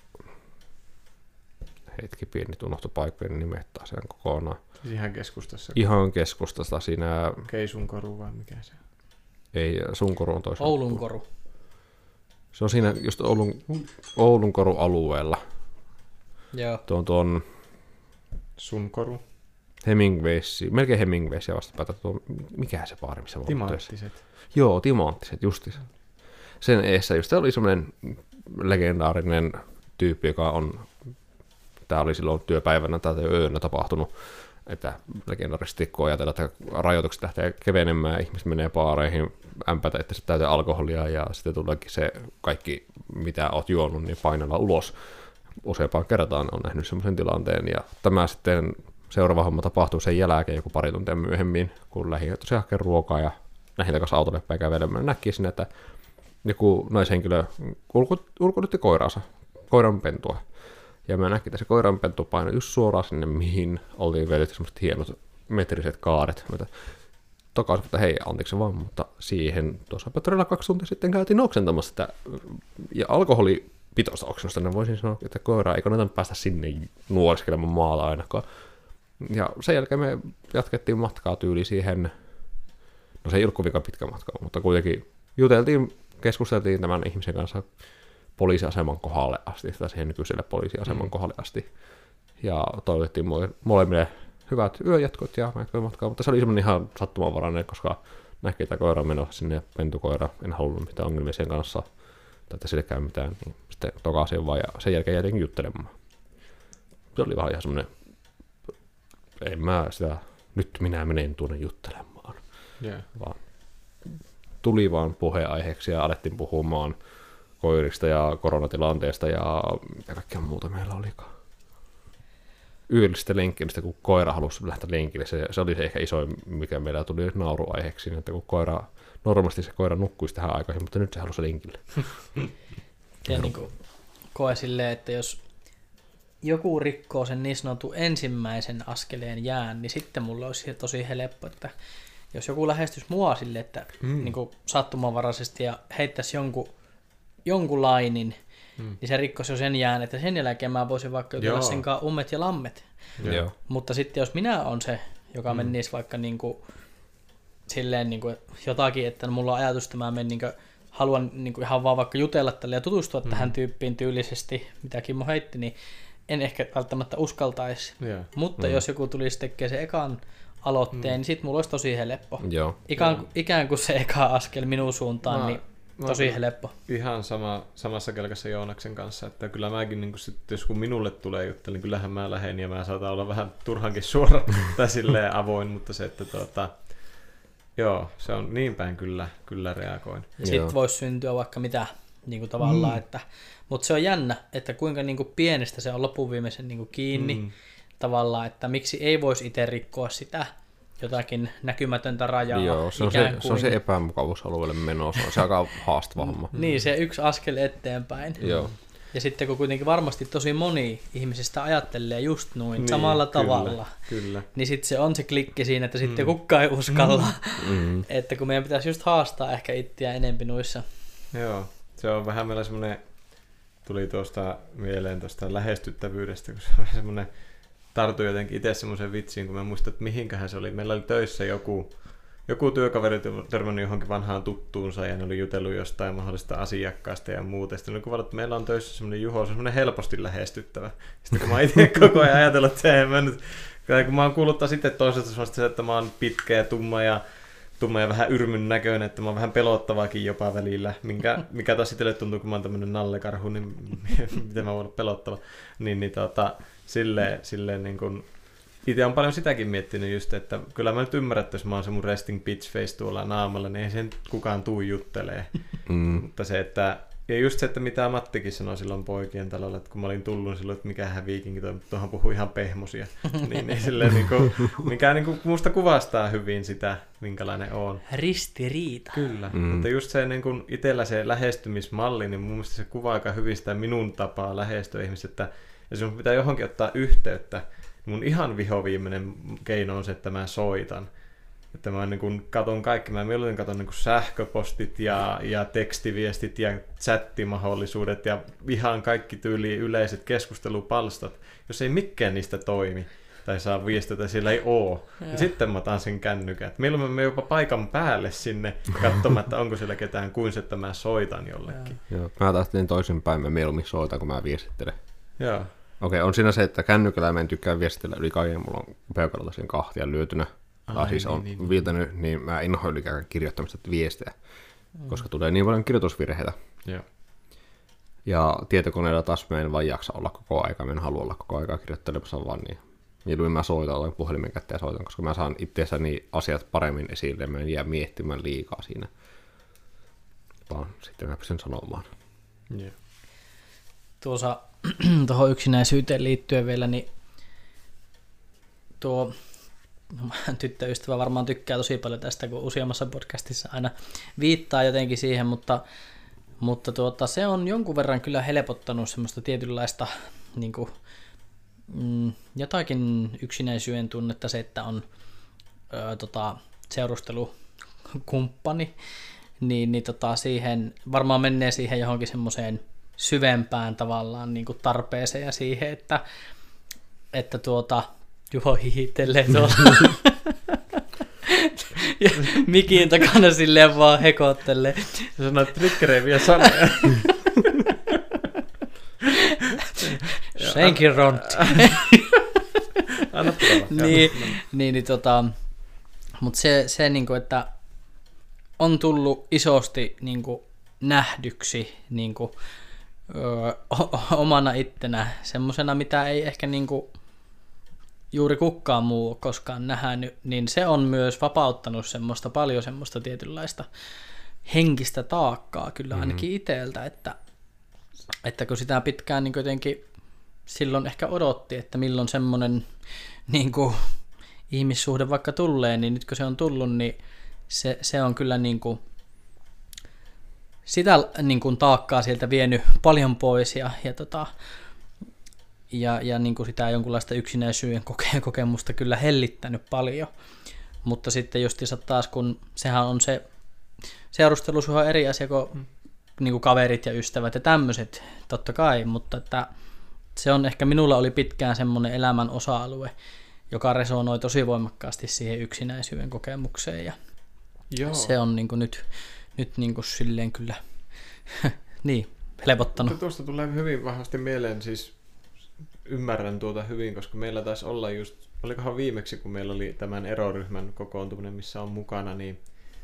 hetki pieni, unohtui paikkojen nimet taas sen kokonaan. Siis ihan keskustassa. Ihan keskustasta siinä. Keisunkoru vai mikä se on? Ei, Sunkoru on toisaalta. Oulun koru. Se on siinä just Oulun koru alueella. Joo. Tuon Sunkoru. Hemingwaysi, melkein Hemingwaysia vastapäätä. Mikähän se baari, missä mä olin töissä? Timanttiset. Joo, Timanttiset, justiinsa. Sen eessä just oli semmoinen legendaarinen tyyppi, joka on, tää oli silloin työpäivänä tai yönä tapahtunut, että legendaarisesti kun ajatellaan, että rajoitukset lähtee kevenemään, ihmiset menee baareihin, ämpätä, että se täytyy alkoholia ja sitten tuleekin se kaikki, mitä oot juonut, niin painella ulos. Useampaan kertaan on nähnyt semmoisen tilanteen ja tämä sitten seuraava homma tapahtuu sen jälkeen joku pari tuntia myöhemmin, kun lähdin tosiaan hakemaan ruokaa ja lähdin takaisin autolle päin kävelemään. Näki sinne, että joku naishenkilö ulkoilutti koiraansa, koiranpentua. Ja mä näkin, että se koiranpentu painoi just suoraan sinne, mihin oltiin vedetty semmoiset hienot metriset kaaret. Takaisin, että hei, anteeksi vaan, mutta siihen tuossa todella 2 tuntia sitten käytiin oksentamassa sitä. Ja alkoholipitoista oksennusta, niin voisin sanoa, että koira ei kannata päästä sinne nuoriskelemaan maalla ainakaan. Ja sen jälkeen me jatkettiin matkaa tyyli siihen, no se ei ollut kovinkaan pitkä matka, mutta kuitenkin juteltiin, keskusteltiin tämän ihmisen kanssa poliisiaseman kohdalle asti, tai siihen nykyiselle poliisiaseman kohdalle asti. Ja toivotettiin molemmille hyvät yöjatkot ja matkaa, mutta se oli semmoinen ihan sattumanvarainen, koska näki, että koira on menossa sinne, pentukoira, en halunnut mitään ongelmia sen kanssa, tai että sille käy mitään, niin sitten tokasin vaan, ja sen jälkeen jäitinkin juttelemaan. Se oli vähän ihan semmoinen, en mä sitä, nyt minä menen tuonne juttelemaan, vaan tuli vaan puheenaiheeksi ja alettiin puhumaan koirista ja koronatilanteesta ja mitä kaikkea muuta meillä olikaan. Yöllistä lenkkilistä, kun koira halusi lähteä lenkille, se oli se ehkä isoin, mikä meillä tuli nauruaiheeksi, että kun normaalisti se koira nukkuisi tähän aikaisin, mutta nyt se halusi lenkille. Ja niin kuin koe silleen, että jos joku rikkoo sen niin sanotun ensimmäisen askeleen jään, niin sitten mulle olisi tosi helppo, että jos joku lähestyisi mua silleen, että niin kuin sattumanvaraisesti ja heittäisi jonkun lainin, niin se rikkoisi jo sen jään, että sen jälkeen mä voisin vaikka jutella sen kanssa ummet ja lammet. Joo. Mutta sitten jos minä on se, joka menisi vaikka niinku, silleen niinku jotakin, että mulla on ajatus, että mä niinku, haluan niinku ihan vaan vaikka jutella tälle ja tutustua tähän tyyppiin tyylisesti, mitä Kimmo heitti, niin en ehkä välttämättä uskaltaisi. Mutta jos joku tulisi tekemään sen ekan aloitteen, niin sit mulla olisi tosi helppo. Ikään kuin se eka askel minun suuntaan, niin tosi helppo. Ihan samassa kelkassa Joonaksen kanssa, että kyllä mäkin, niin sitten, jos kun minulle tulee juttu, niin kyllähän mä lähden ja mä saatan olla vähän turhankin suora tai silleen avoin, mutta se, että joo, se on niin päin kyllä reagoin. Ja sitten voisi syntyä vaikka mitä niin kuin tavallaan, että, mutta se on jännä, että kuinka niin kuin pienestä se on loppuviimeisen niin kuin kiinni tavallaan, että miksi ei voisi itse rikkoa sitä jotakin näkymätöntä rajaa. Joo, se on se epämukavuusalueelle meno, se on se aika haastava homma. Niin, se yksi askel eteenpäin. Joo. Ja sitten kun kuitenkin varmasti tosi moni ihmisistä ajattelee just noin samalla tavalla, niin sitten se on se klikki siinä, että sitten kukaan ei uskalla. Että kun meidän pitäisi just haastaa ehkä itseä enempi noissa. Joo, se on vähän meillä semmoinen, tuli tuosta mieleen tuosta lähestyttävyydestä, kun se on vähän semmoinen, tartui jotenkin itse semmoisen vitsiin, kun mä muistan, että mihinkähän se oli. Meillä oli töissä joku työkaveri törmännyt johonkin vanhaan tuttuunsa ja ne oli jutellut jostain mahdollisesta asiakkaasta ja muuta. Sitten oli kuvannut, että meillä on töissä semmoinen Juho, se on semmoinen helposti lähestyttävä. Sitten kun mä itse koko ajan ajatellut, että se ei mennyt, kun mä oon kuullut sitten toisesta semmoista, että mä oon pitkä ja tumma ja vähän yrmyn näköinen, että mä oon vähän pelottavaakin jopa välillä, mikä taas itselle tuntuu, kun mä oon tämmöinen nallekarhu, niin miten mä voin olla pelottava. Silleen niin kuin itse on paljon sitäkin miettinyt just, että kyllä mä nyt ymmärrän, että jos mä oon se mun resting bitch face tuolla naamalla, niin ei sen kukaan tuu juttelee. Mutta se, että Ja just se, että mitä Mattikin sanoi silloin poikien talolla, että kun mä olin tullut silloin, että mikähän viikinki toi, mutta tuohon puhui ihan pehmosia. niin silleen, mikä musta kuvastaa hyvin sitä, minkälainen on. Ristiriita. Kyllä, mutta just se itsellä se lähestymismalli, niin mun mielestä se kuvaa aika hyvin sitä minun tapaa lähestyä ihmistä, että jos mun pitää johonkin ottaa yhteyttä, niin mun ihan vihoviimeinen keino on se, että mä soitan. Että mä katon kaikki, mä mieluiten katon sähköpostit ja tekstiviestit ja chattimahdollisuudet ja ihan kaikki tyyli yleiset keskustelupalstat. Jos ei mikään niistä toimi tai saa viestiä, tai siellä ei oo, niin sitten mä otan sen kännykän. Mieluummin mä jopa paikan päälle sinne katsomaan, että onko siellä ketään kuin se, että mä soitan jollekin. Joo, mä taas teen toisinpäin, mä mieluummin soitan, kun mä viestittelen. Joo. Okei, on siinä se, että kännykällä mä en tykkää viestitellä yli kaiken, mulla on peukalolta sen kahtia lyötynä. Siis on viiltänyt, niin mä inhoin ylikään kirjoittamista viestejä, koska tulee niin paljon kirjoitusvirheitä. Joo. Ja tietokoneella taas mä en vaan jaksa olla koko aika, mä en halua olla koko aikaa kirjoittelemassa vaan niin. Mieluummin mä soitan, otan puhelimen kättä ja soitan, koska mä saan itseäni asiat paremmin esille, mä en jää miettimään liikaa siinä. Vaan sitten mä pystyn sanomaan. Yeah. Tuohon yksinäisyyteen liittyen vielä, niin tuo tyttöystävä varmaan tykkää tosi paljon tästä, kun useammassa podcastissa aina viittaa jotenkin siihen, mutta se on jonkun verran kyllä helpottanut semmoista tietynlaista niin kuin, jotakin yksinäisyyden tunnetta, se, että on seurustelukumppani, niin siihen varmaan menee siihen johonkin semmoiseen syvempään tavallaan niin kuin tarpeeseen ja siihen, että Juho hihittelee tuolla ja mikin takana silleen vaan hekottelee. Sanoit triggereiviä sanoja. Senkin rontti. Anna tulla. Mutta se niinku, että on tullut isosti niinku nähdyksi niinku, omana ittenä, semmosena mitä ei ehkä niinku juuri kukaan muu ole koskaan nähnyt, niin se on myös vapauttanut paljon semmoista tietynlaista henkistä taakkaa kyllä ainakin itseltä, että kun sitä pitkään niin jotenkin silloin ehkä odotti, että milloin semmoinen niin kuin ihmissuhde vaikka tulee, niin nyt kun se on tullut, niin se on kyllä niin kuin sitä niin kuin taakkaa sieltä vienyt paljon pois ja niin kuin sitä jonkunlaista yksinäisyyden kokemusta kyllä hellittänyt paljon. Mutta sitten justiinsa taas, kun sehän on se seurustelusuhde on eri asia kuin, niin kuin kaverit ja ystävät ja tämmöiset, totta kai, mutta että se on ehkä minulla oli pitkään semmoinen elämän osa-alue, joka resonoi tosi voimakkaasti siihen yksinäisyyden kokemukseen ja joo. Se on niin kuin nyt niin kuin silleen kyllä niin, helpottanut. Mutta tuosta tulee hyvin vahvasti mieleen, siis ymmärrän tuota hyvin, koska meillä taisi olla just, olikohan viimeksi, kun meillä oli tämän eroryhmän kokoontuminen, missä on mukana, niin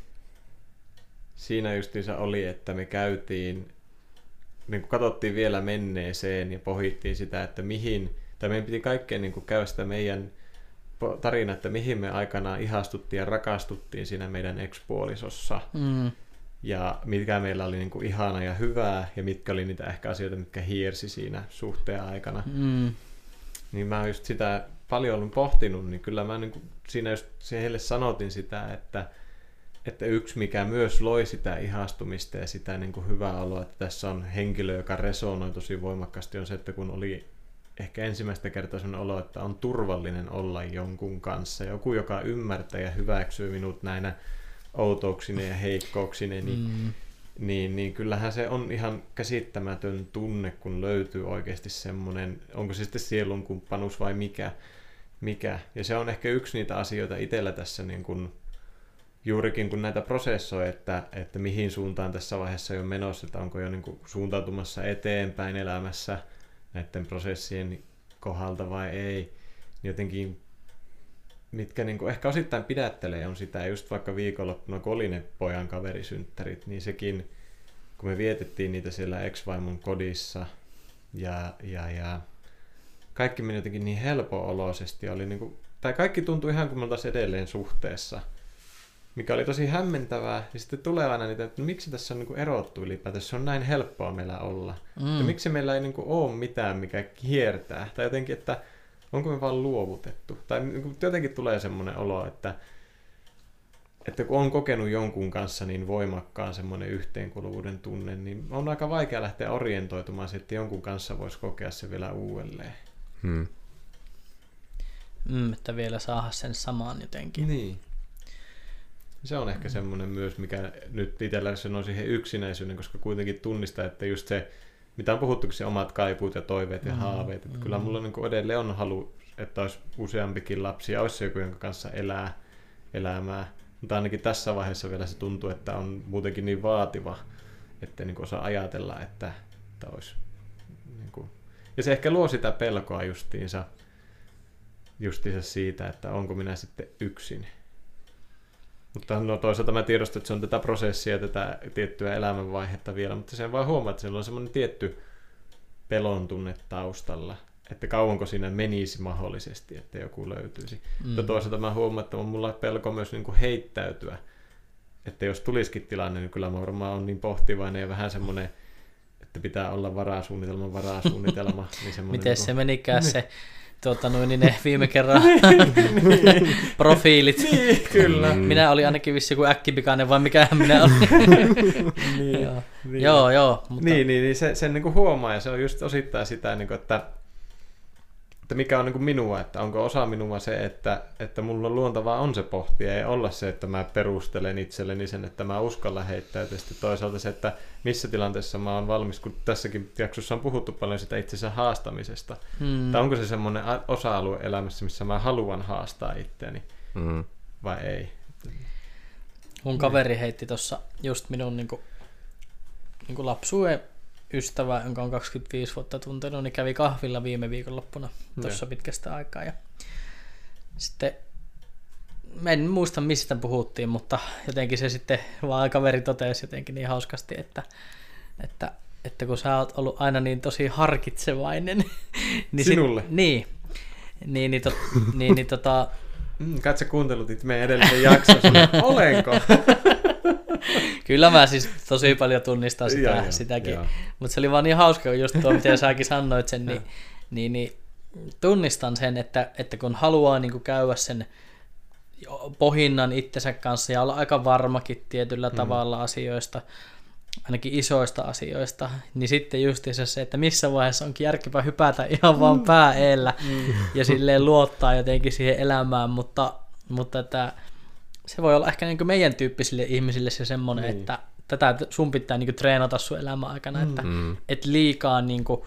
siinä justiinsa oli, että me käytiin, niin kuin katsottiin vielä menneeseen ja pohittiin sitä, että mihin, tai meidän piti kaikkeen niin kuin käydä sitä meidän tarinaa, että mihin me aikanaan ihastuttiin ja rakastuttiin siinä meidän ex-puolisossa. Ja mitkä meillä oli niin kuin ihana ja hyvää, ja mitkä oli niitä ehkä asioita, mitkä hiersi siinä suhteen aikana. Niin mä just sitä paljon olen pohtinut, niin kyllä mä niin kuin siinä just heille sanotin sitä, että yksi mikä myös loi sitä ihastumista ja sitä niin kuin hyvää oloa, että tässä on henkilö, joka resonoi tosi voimakkaasti, on se, että kun oli ehkä ensimmäistä kertaa sellainen olo, että on turvallinen olla jonkun kanssa, joku, joka ymmärtää ja hyväksyy minut näinä outouksine ja heikkouksine, niin kyllähän se on ihan käsittämätön tunne, kun löytyy oikeasti semmoinen, onko se sitten sielunkumppanuus vai mikä. Ja se on ehkä yksi niitä asioita itsellä tässä niin kun, juurikin kun näitä prosessoi, että mihin suuntaan tässä vaiheessa jo menossa, että onko jo niin kun suuntautumassa eteenpäin elämässä näiden prosessien kohdalta vai ei, niin jotenkin mitkä niin kuin ehkä osittain pidättelee on sitä, just vaikka viikonloppuna, kun oli ne pojan kaverisynttärit, niin sekin, kun me vietettiin niitä siellä ex-vaimon kodissa ja kaikki meni jotenkin niin helpo-oloisesti, oli niin kuin, tai kaikki tuntui ihan kuin me oltaisiin edelleen suhteessa. mikä oli tosi hämmentävää. Ja sitten tulee aina niitä, että miksi tässä on niin kuin erottu ylipäätään, se on näin helppoa meillä olla. Että miksi meillä ei niin kuin ole mitään, mikä kiertää. Tai jotenkin, että onko me vaan luovutettu. Tai niin kuin jotenkin tulee semmoinen olo, että kun on kokenut jonkun kanssa niin voimakkaan semmoinen yhteenkuuluvuuden tunne, niin on aika vaikea lähteä orientoitumaan siihen, että jonkun kanssa voisi kokea se vielä uudelleen. Että vielä saada sen samaan jotenkin. Niin. Se on ehkä semmoinen myös, mikä nyt itsellä sanoo siihen yksinäisyyden, koska kuitenkin tunnistaa, että just se, mitä on puhuttu, se omat kaipuut ja toiveet ja haaveet. Että kyllä mulla niin edelleen on halu, että olisi useampikin lapsi ja olisi joku, jonka kanssa elää elämää. Mutta ainakin tässä vaiheessa vielä se tuntuu, että on muutenkin niin vaativa, ettei niin osaa ajatella, että olisi. Niin kuin. Ja se ehkä luo sitä pelkoa justiinsa siitä, että onko minä sitten yksin. Mutta no toisaalta mä tiedostan, että se on tätä prosessia ja tätä tiettyä elämänvaihetta vielä, mutta sen vaan huomaa, että siellä on semmoinen tietty pelon tunne taustalla, että kauanko siinä menisi mahdollisesti, että joku löytyisi. Mutta toisaalta mä huomaan, että on mulla pelko myös niin kuin heittäytyä, että jos tulisikin tilanne, niin kyllä mä varmaan on niin pohtivainen ja vähän semmoinen, että pitää olla varasuunnitelma. Niin miten se menikään se ne viime kerran profiilit. Niin, kyllä. Minä olin ainakin vissi joku äkkipikainen, vai mikähän minä olin. Joo. Mutta niin sen niin kuin huomaa, ja se on just osittain sitä, niin kuin, että mikä on niin kuin minua, että onko osa minua se, että mulla luontavaa on se pohtia, ja olla se, että mä perustelen itselleni sen, että mä uskallan heittää, ja sitten toisaalta se, että missä tilanteessa mä oon valmis, kun tässäkin jaksossa on puhuttu paljon sitä itsensä haastamisesta. Tai onko se semmoinen osa-alue elämässä, missä mä haluan haastaa itseäni, vai ei? Mun kaveri heitti tuossa just minun niin kuin lapsuuden ystävä, jonka on 25 vuotta tuntenut, niin kävi kahvilla viime viikonloppuna tuossa pitkästä aikaa. Ja sitten, mä en muista mistä puhuttiin, mutta jotenkin se sitten vaan kaveri totesi jotenkin niin hauskasti, että kun sä oot ollut aina niin tosi harkitsevainen. niin sinulle? Kai sä kuuntelut meidän edellisen jaksossa. Olenko? Kyllä mä siis tosi paljon tunnistan sitäkin, mutta se oli vaan niin hauska, just tuo, mitä säkin sanoit sen, niin tunnistan sen, että kun haluaa niin kuin käydä sen pohinnan itsensä kanssa ja olla aika varmakin tietyllä tavalla asioista, ainakin isoista asioista, niin sitten justiinsa se, että missä vaiheessa onkin järkevää hypätä ihan vaan pää eellä ja silleen luottaa jotenkin siihen elämään, mutta että se voi olla ehkä niin kuin meidän tyyppisille ihmisille se semmoinen, että tätä sun pitää niin kuin treenata sun elämän aikana, että et liikaa niin kuin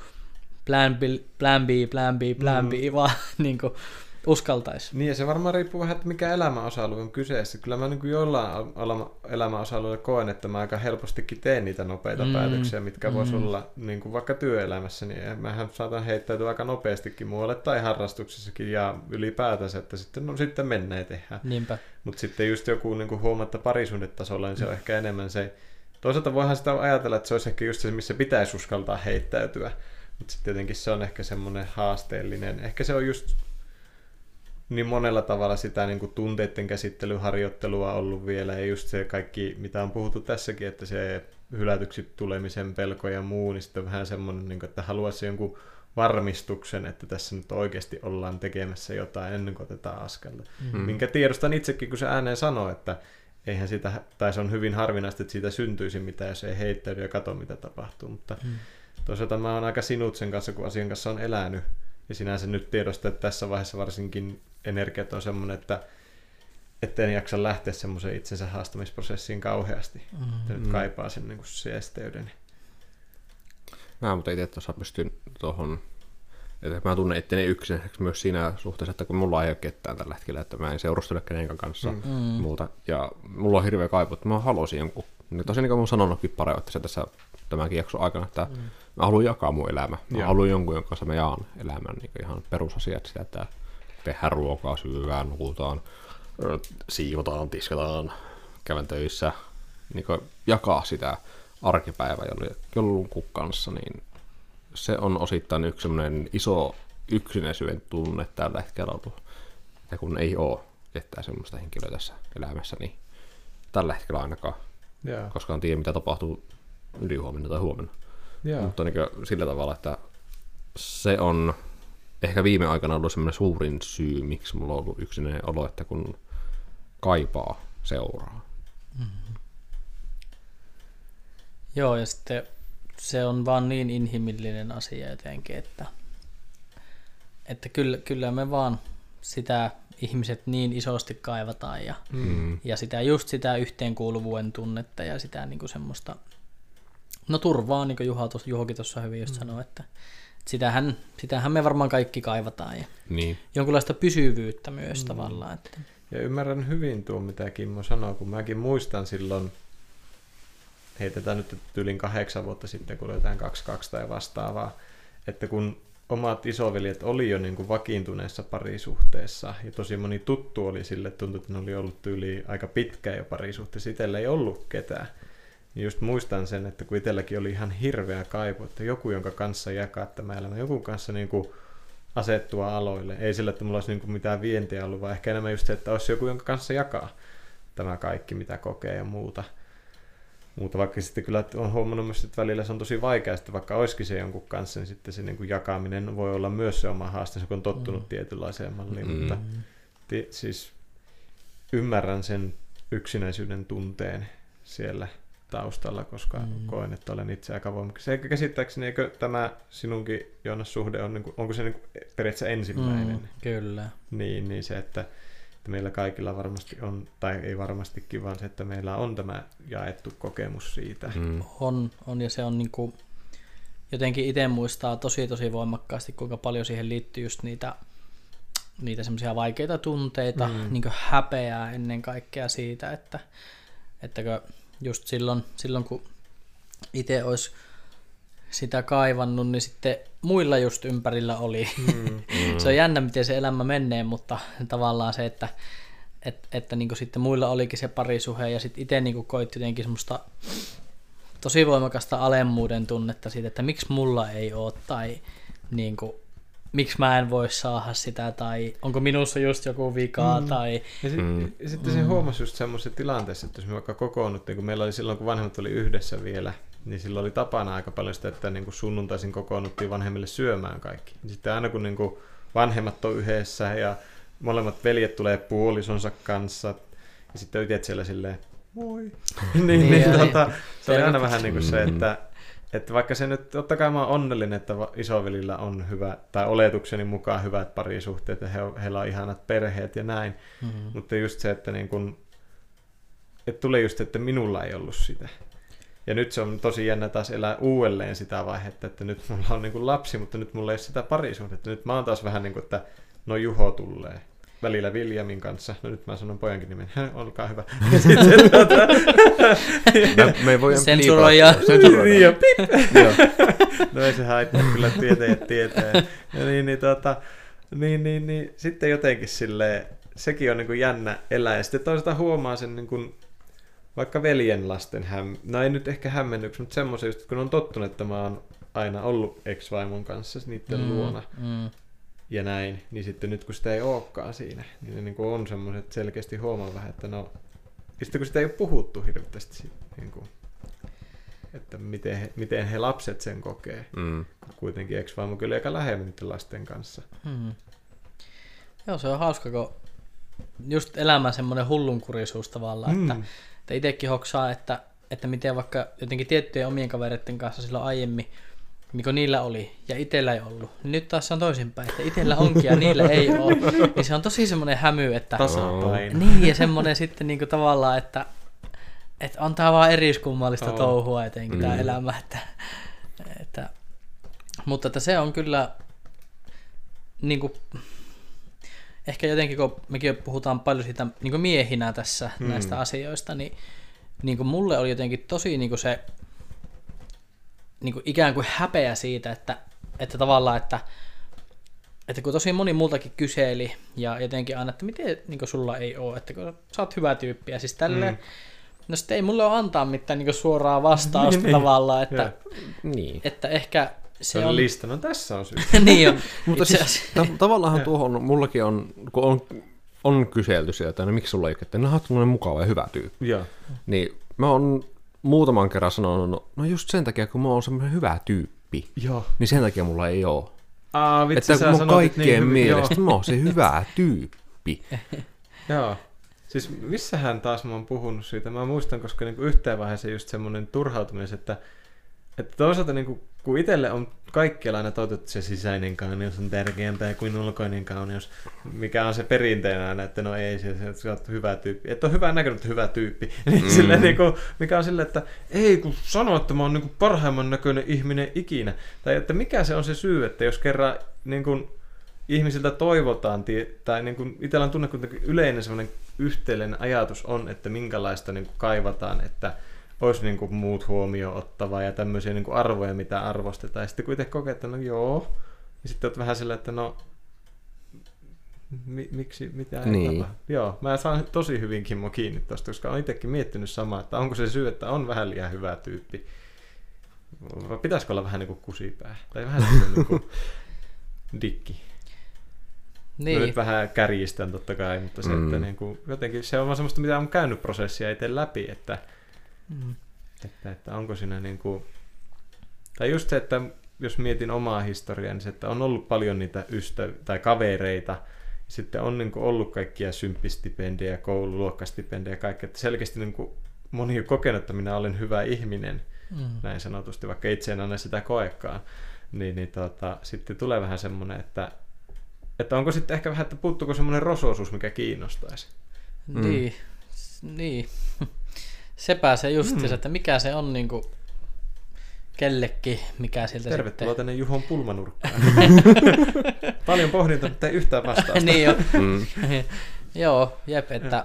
plan B, vaan niin kuin uskaltaisi. Niin, ja se varmaan riippuu vähän, että mikä elämäosa-alue on kyseessä. Kyllä mä niin kuin jollain elämäosa-alueella koen, että mä aika helpostikin teen niitä nopeita päätöksiä, mitkä vois olla niin kuin vaikka työelämässä, niin mähän saatan heittäytyä aika nopeastikin muualle tai harrastuksessakin ja ylipäätänsä, että sitten mennään ja tehdään. Niinpä. Mutta sitten just joku niin kuin huomatta parisuhdetasolla, niin se on ehkä enemmän se. Toisaalta voihan sitä ajatella, että se olisi ehkä just se, missä pitäisi uskaltaa heittäytyä. Mutta sitten tietenkin se on ehkä semmoinen haasteellinen. Ehkä se on just niin monella tavalla sitä niin kuin tunteiden käsittelyharjoittelua ollut vielä. Ja just se kaikki, mitä on puhuttu tässäkin, että se hylätyksi tulemisen pelko ja muu, niin sitten vähän semmoinen, niin kuin, että haluaisi jonkun varmistuksen, että tässä nyt oikeasti ollaan tekemässä jotain ennen kuin otetaan askelta. Minkä tiedostan itsekin, kun se ääneen sanoo, että eihän sitä, tai se on hyvin harvinaista, että siitä syntyisi mitään, jos ei heittäydy ja katso, mitä tapahtuu. Mutta toisaalta mä oon aika sinut sen kanssa, kun asian kanssa on elänyt. Ja sinänsä nyt tiedostaa, että tässä vaiheessa varsinkin energiat on semmoinen, että en jaksa lähteä semmoiseen itsensä haastamisprosessiin kauheasti. Että nyt kaipaa sen niin kuin siesteyden. Mä mutta itse tuossa pystyn tuohon, että mä tunnen itteni yksinäiseksi myös siinä suhteessa, että kun mulla ei ole ketään tällä hetkellä, että mä en seurustele kenenkään kanssa muuta. Ja mulla on hirveä kaipu, että mä haluaisin jonkun. Tosiaan niin kuin mä oon sanonutkin paljon, että se tässä tämänkin jakson aikana, että mä haluan jakaa mun elämä. Mä haluan jonkun, jonka kanssa mä jaan elämän niin ihan perusasiat sitä, että tehdään ruokaa, syödään, nukutaan, siivotaan, tiskataan, käydään töissä. Niin jakaa sitä arkipäivää jonkun kanssa, niin se on osittain yksi semmoinen iso yksinäisyyden tunne tällä hetkellä ollut. Ja kun ei ole ketään semmoista henkilöä tässä elämässä, niin tällä hetkellä ainakaan, Joo. koska en tiedä mitä tapahtuu ylihuomenna tai huomenna. Joo. Mutta niin sillä tavalla, että se on ehkä viime aikana ollut semmoinen suurin syy, miksi mulla on ollut yksinäinen olo, että kun kaipaa seuraa. Mm-hmm. Joo, ja sitten se on vaan niin inhimillinen asia jotenkin, että kyllä me vaan sitä ihmiset niin isosti kaivataan ja sitä yhteenkuuluvuuden tunnetta ja sitä niin kuin semmoista turvaa, niin kuin Juhokin tuossa hyvin just sanoi, että sitähän me varmaan kaikki kaivataan ja jonkinlaista pysyvyyttä myös tavallaan. Että. Ja ymmärrän hyvin tuon, mitä Kimmo sanoo, kun mäkin muistan silloin, heitetään nyt yli 8 vuotta sitten, kun oli jotain 22 tai vastaavaa, että kun omat isoveljet oli jo niin kuin vakiintuneessa parisuhteessa ja tosi moni tuttu oli sille, tuntui, että ne oli ollut yli aika pitkään jo parisuhteessa, itsellä ei ollut ketään. Niin just muistan sen, että kun itselläkin oli ihan hirveä kaipu, että joku, jonka kanssa jakaa tämä elämä, joku kanssa niin kuin asettua aloille. Ei sillä, että mulla olisi niin kuin mitään vientiä ollut, vaan ehkä enemmän just se, että olisi joku, jonka kanssa jakaa tämä kaikki, mitä kokee ja muuta. Vaikka sitten kyllä on huomannut myös, että välillä se on tosi vaikea, että vaikka olisikin se jonkun kanssa, niin sitten se niin kuin jakaminen voi olla myös se oma haasteensa, kun on tottunut tietynlaiseen malliin. Mutta siis ymmärrän sen yksinäisyyden tunteen siellä taustalla, koska koen, että olen itse aika voimakas. Eikä käsittääkseni, eikö tämä sinunkin, Joonas, suhde on, onko se periaatteessa ensimmäinen? Kyllä. Niin se, että meillä kaikilla varmasti on, tai ei varmastikin, vaan se, että meillä on tämä jaettu kokemus siitä. On ja se on niinku, jotenkin itse muistaa tosi voimakkaasti, kuinka paljon siihen liittyy just niitä semmoisia vaikeita tunteita, niinku häpeää ennen kaikkea siitä, että just silloin kun itse olisi sitä kaivannut, niin sitten muilla just ympärillä oli. Se on jännä, miten se elämä menee, mutta tavallaan se, että niin sitten muilla olikin se parisuhe ja sitten itse niin koitti jotenkin semmoista tosi voimakasta alemmuuden tunnetta siitä, että miksi mulla ei ole tai niin kuin, miksi mä en voi saada sitä tai onko minussa just joku vika tai. Ja sitten se huomasi just semmoisessa tilanteessa, että jos me vaikka kokoonnuttiin, kun meillä oli silloin, kun vanhemmat oli yhdessä vielä, niin silloin oli tapana aika paljon sitä, että niin kuin sunnuntaisin kokoonnuttiin vanhemmille syömään kaikki. Ja sitten aina kun niin kuin vanhemmat on yhdessä ja molemmat veljet tulee puolisonsa kanssa ja sitten ytet siellä silleen moi. Se oli aina vähän niin kuin se, että vaikka se nyt, totta kai mä oon onnellinen, että isovelillä on hyvä, tai oletukseni mukaan hyvät parisuhteet ja heillä on ihanat perheet ja näin, mutta just se, että, niin kun, että tulee just, että minulla ei ollut sitä. Ja nyt se on tosi jännä taas elää uudelleen sitä vaihetta, että nyt mulla on niin kuin lapsi, mutta nyt mulla ei ole sitä parisuhdetta. Nyt mä oon taas vähän niin kuin, että no Juho tulee. Välillä Viljamin kanssa. No nyt mä sanon pojankin nimen. Olkaa hyvä. Ja sitten me ei voi sensuroida. No ei se haittaa, kyllä tietäjät tietää. Niin, sitten jotenkin silleen, sekin on niin kuin jännä elää. Ja sitten toisaalta huomaa sen niin kuin vaikka veljen lasten no ei nyt ehkä hämmennyksi, mutta semmoisen just, kun on tottunut, että mä oon aina ollut ex-vaimon kanssa niiden luona ja näin, niin sitten nyt kun sitä ei olekaan siinä, niin ne niin kuin on semmoiset selkeästi huomaa vähän, että no, ja sitten kun sitä ei ole puhuttu hirveästi, niin kuin, että miten he lapset sen kokee, kuitenkin ex-vaimo kyllä aika lähemmin niiden lasten kanssa. Joo, se on hauska, kun just elämän semmoinen hullunkurisuus tavallaan, että itsekin hoksaa, että miten vaikka jotenkin tiettyjen omien kavereiden kanssa silloin aiemmin, mikä niillä oli ja itsellä ei ollut, niin nyt taas se on toisinpäin, että itsellä onkin ja niillä ei ole, niin se on tosi semmoinen hämy, että tasapaino. Niin, ja semmoinen sitten niinku tavallaan, että on tää vaan eriskummallista touhua jotenkin tämä elämä, mutta että se on kyllä niinku ehkä jotenkin, kun mekin puhutaan paljon siitä niin miehinä tässä näistä asioista, niin kuin mulle oli jotenkin tosi niin kuin se niin kuin ikään kuin häpeä siitä, että tavallaan, että kun tosi moni multakin kyseli ja jotenkin aina, että miten niin kuin sulla ei ole, että kun sä oot hyvä tyyppi ja siis tälleen, no sitten ei mulle ole antaa mitään niin kuin suoraa vastausta tavallaan, että ehkä se on lista, no tässä on syy. Niin on. Mutta siis tavallaan tuohon mullakin on, kun on on kyselty sieltä, että no miksi sulla ei ole, että no oot semmoinen mukava ja hyvä tyyppi. Joo. Niin mä oon muutaman kerran sanonut, no just sen takia, kun mä oon semmoinen hyvä tyyppi, Joo. niin sen takia mulla ei oo. Vitsi, Että sä mun sanoit kaikkien hyvin, mielestä mä oon se hyvä tyyppi. Joo. Siis missähän taas mä oon puhunut siitä? Mä muistan, koska niinku yhteen vaiheessa just semmoinen turhautuminen, että toisaalta niinku, kun itselle on kaikkialla aina toivottu, että se sisäinen kauneus on tärkeämpää kuin ulkoinen kauneus, mikä on se perinteinen aina, että no ei, sä oot hyvä tyyppi. Että on hyvä näköinen, hyvä tyyppi. Silleen, niinku, mikä on silleen, että ei kun sano, että mä oon niinku parhaimman näköinen ihminen ikinä. Tai että mikä se on se syy, että jos kerran niinku, ihmisiltä toivotaan, tai niinku, itsellä on tunne, kun yleinen semmoinen yhteinen ajatus on, että minkälaista niinku, kaivataan, että olisi niinku muut huomioon ottavaa ja tämmöisiä niinku arvoja, mitä arvostetaan. Ja sitten kun itse kokee, että no joo, niin sitten olet vähän sillä, että no miksi, mitä ei niin. tapahdu. Joo, mä saan tosi hyvin Kimmo kiinni tosta, koska olen itsekin miettinyt samaa, että onko se syy, että on vähän liian hyvä tyyppi. Vai pitäisikö olla vähän niinku kusipää? Tai vähän niinku dikki. Niin. Mä nyt vähän kärjistän totta kai, mutta se, että niinku, jotenkin se on vaan semmoista, mitä on käynyt prosessia itse läpi, että onko siinä niinku, tai just se, että jos mietin omaa historiaa, niin se, että on ollut paljon niitä tai kavereita, sitten on niinku ollut kaikkia symppistipendejä, koululuokkastipendejä ja kaikkea, että selkeästi niinku moni on kokenut, että minä olen hyvä ihminen, näin sanotusti, vaikka itse en aina sitä koekaan, niin sitten tulee vähän semmoinen, että onko sitten ehkä vähän, että puuttuuko semmoinen rosoisuus, mikä kiinnostaisi. Niin. Sepä se justiinsa, että mikä se on niinku kellekin, mikä sieltä Tervetuloa tänne Juhon pulmanurkkaan. Paljon pohdinta, mutta ei yhtään vastausta. Niin jo. Joo, jep, että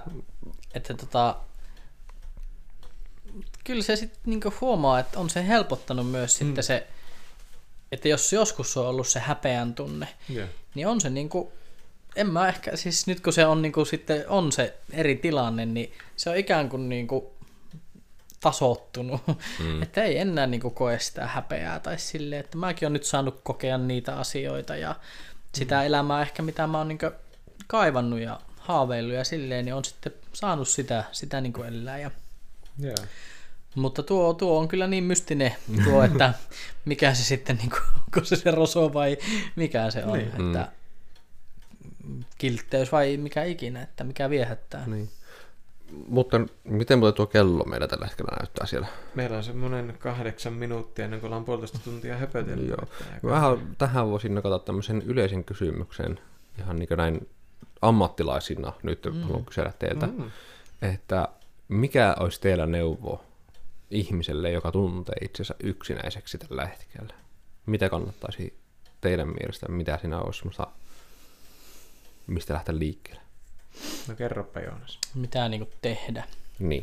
kyllä se sitten niinku huomaa, että on se helpottanut myös sitten se, että jos joskus on ollut se häpeän tunne, niin on se niinku, en mä ehkä, siis nyt kun se on niinku sitten on se eri tilanne, niin se on ikään kuin niinku tasoittunut, että ei enää niinku koe sitä häpeää tai silleen, että mäkin olen nyt saanut kokea niitä asioita ja sitä elämää ehkä mitä mä oon niinku kaivannut ja haaveillut ja silleen, niin on sitten saanut sitä niinku elää. Mutta tuo on kyllä niin mystinen tuo, että mikä se sitten, niinku, onko se roso vai mikä se on, että kiltteys vai mikä ikinä, että mikä viehättää. Niin. Mutta miten tuo kello meillä tällä hetkellä näyttää siellä? Meillä on semmoinen 8 minuuttia ennen kuin ollaan 1,5 tuntia höpötellyt. Vähän tähän voisin nakata tämmöisen yleisen kysymyksen, ihan niin kuin näin ammattilaisina nyt haluan kysellä teiltä, että mikä olisi teillä neuvo ihmiselle, joka tuntee itsensä yksinäiseksi tällä hetkellä? Mitä kannattaisi teidän mielestä, mitä siinä olisi semmoista, mistä lähteä liikkeelle? No kerropa Joonas. Mitä niinku tehdä? Niin.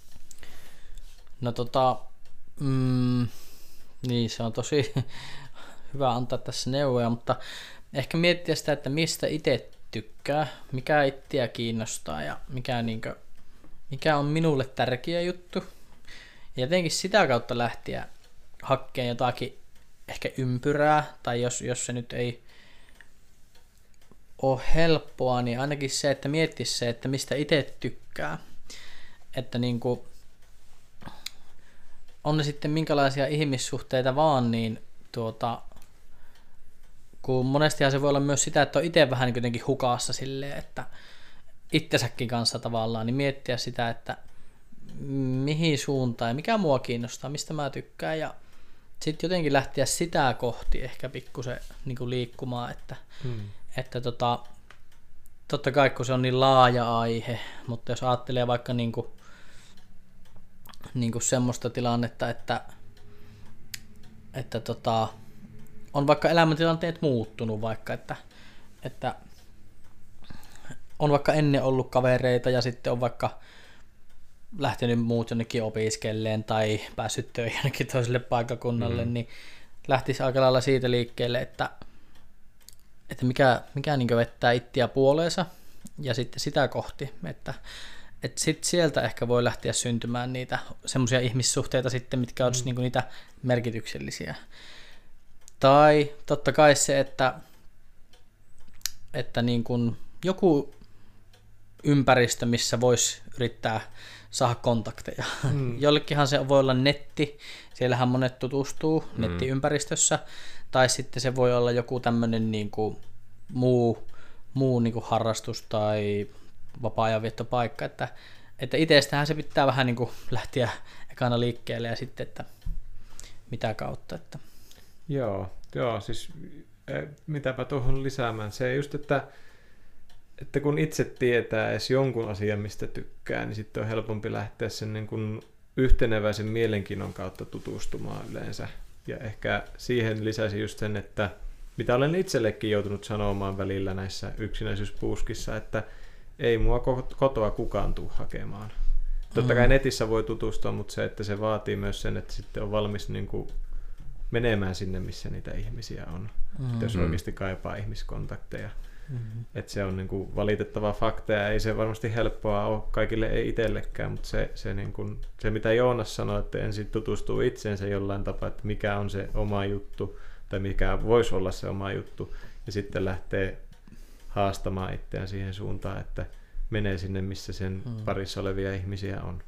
No niin se on tosi hyvä antaa tässä neuvoja, mutta ehkä miettiä sitä, että mistä itse tykkää, mikä itseä kiinnostaa ja mikä on minulle tärkeä juttu. Ja jotenkin sitä kautta lähteä hakkeen jotakin ehkä ympyrää, tai jos se nyt ei ole helppoa, niin ainakin se, että miettisi se, että mistä itse tykkää. Että niinku, on ne sitten minkälaisia ihmissuhteita vaan, niin kun monestihan se voi olla myös sitä, että on itse vähän niin jotenkin hukassa silleen, että itsensäkin kanssa tavallaan, niin miettiä sitä, että mihin suuntaan ja mikä mua kiinnostaa, mistä mä tykkään ja sitten jotenkin lähteä sitä kohti ehkä pikkusen niin liikkumaan, että totta kai kun se on niin laaja aihe, mutta jos ajattelee vaikka niin kuin semmoista tilannetta, että on vaikka elämäntilanteet muuttunut vaikka, että on vaikka ennen ollut kavereita ja sitten on vaikka lähtenyt muut jonnekin opiskelleen tai päässyt töihin jonnekin toiselle paikkakunnalle, niin lähtisi aika lailla siitä liikkeelle, että mikä niin vettää ittiä puoleensa ja sitten sitä kohti, että sitten sieltä ehkä voi lähteä syntymään niitä semmoisia ihmissuhteita sitten, mitkä olisi niin niitä merkityksellisiä. Tai totta kai se, että niin kuin joku ympäristö, missä voisi yrittää saada kontakteja. Jollekinhan se voi olla netti, siellähän monet tutustuu nettiympäristössä, tai sitten se voi olla joku tämmöinen niinku muu niinku harrastus tai vapaa-ajanviettopaikka, että itsestähän se pitää vähän niinku lähteä ekana liikkeelle ja sitten, että mitä kautta. Että. Joo, siis mitäpä tuohon lisäämään. Se just, että kun itse tietää edes jonkun asian, mistä tykkää, niin sitten on helpompi lähteä sen niin kuin yhteneväisen mielenkiinnon kautta tutustumaan yleensä. Ja ehkä siihen lisäsi just sen, että mitä olen itsellekin joutunut sanomaan välillä näissä yksinäisyyspuuskissa, että ei mua kotoa kukaan tule hakemaan. Totta kai netissä voi tutustua, mutta se, että se vaatii myös sen, että sitten on valmis niin kuin menemään sinne, missä niitä ihmisiä on. Jos oikeasti kaipaa ihmiskontakteja. Että se on niin kuin valitettava fakta ja ei se varmasti helppoa ole kaikille, ei itsellekään, mutta se mitä Joonas sanoi, että ensin tutustuu itseensä jollain tapaa, että mikä on se oma juttu tai mikä voisi olla se oma juttu ja sitten lähtee haastamaan itseään siihen suuntaan, että menee sinne, missä sen parissa olevia ihmisiä on.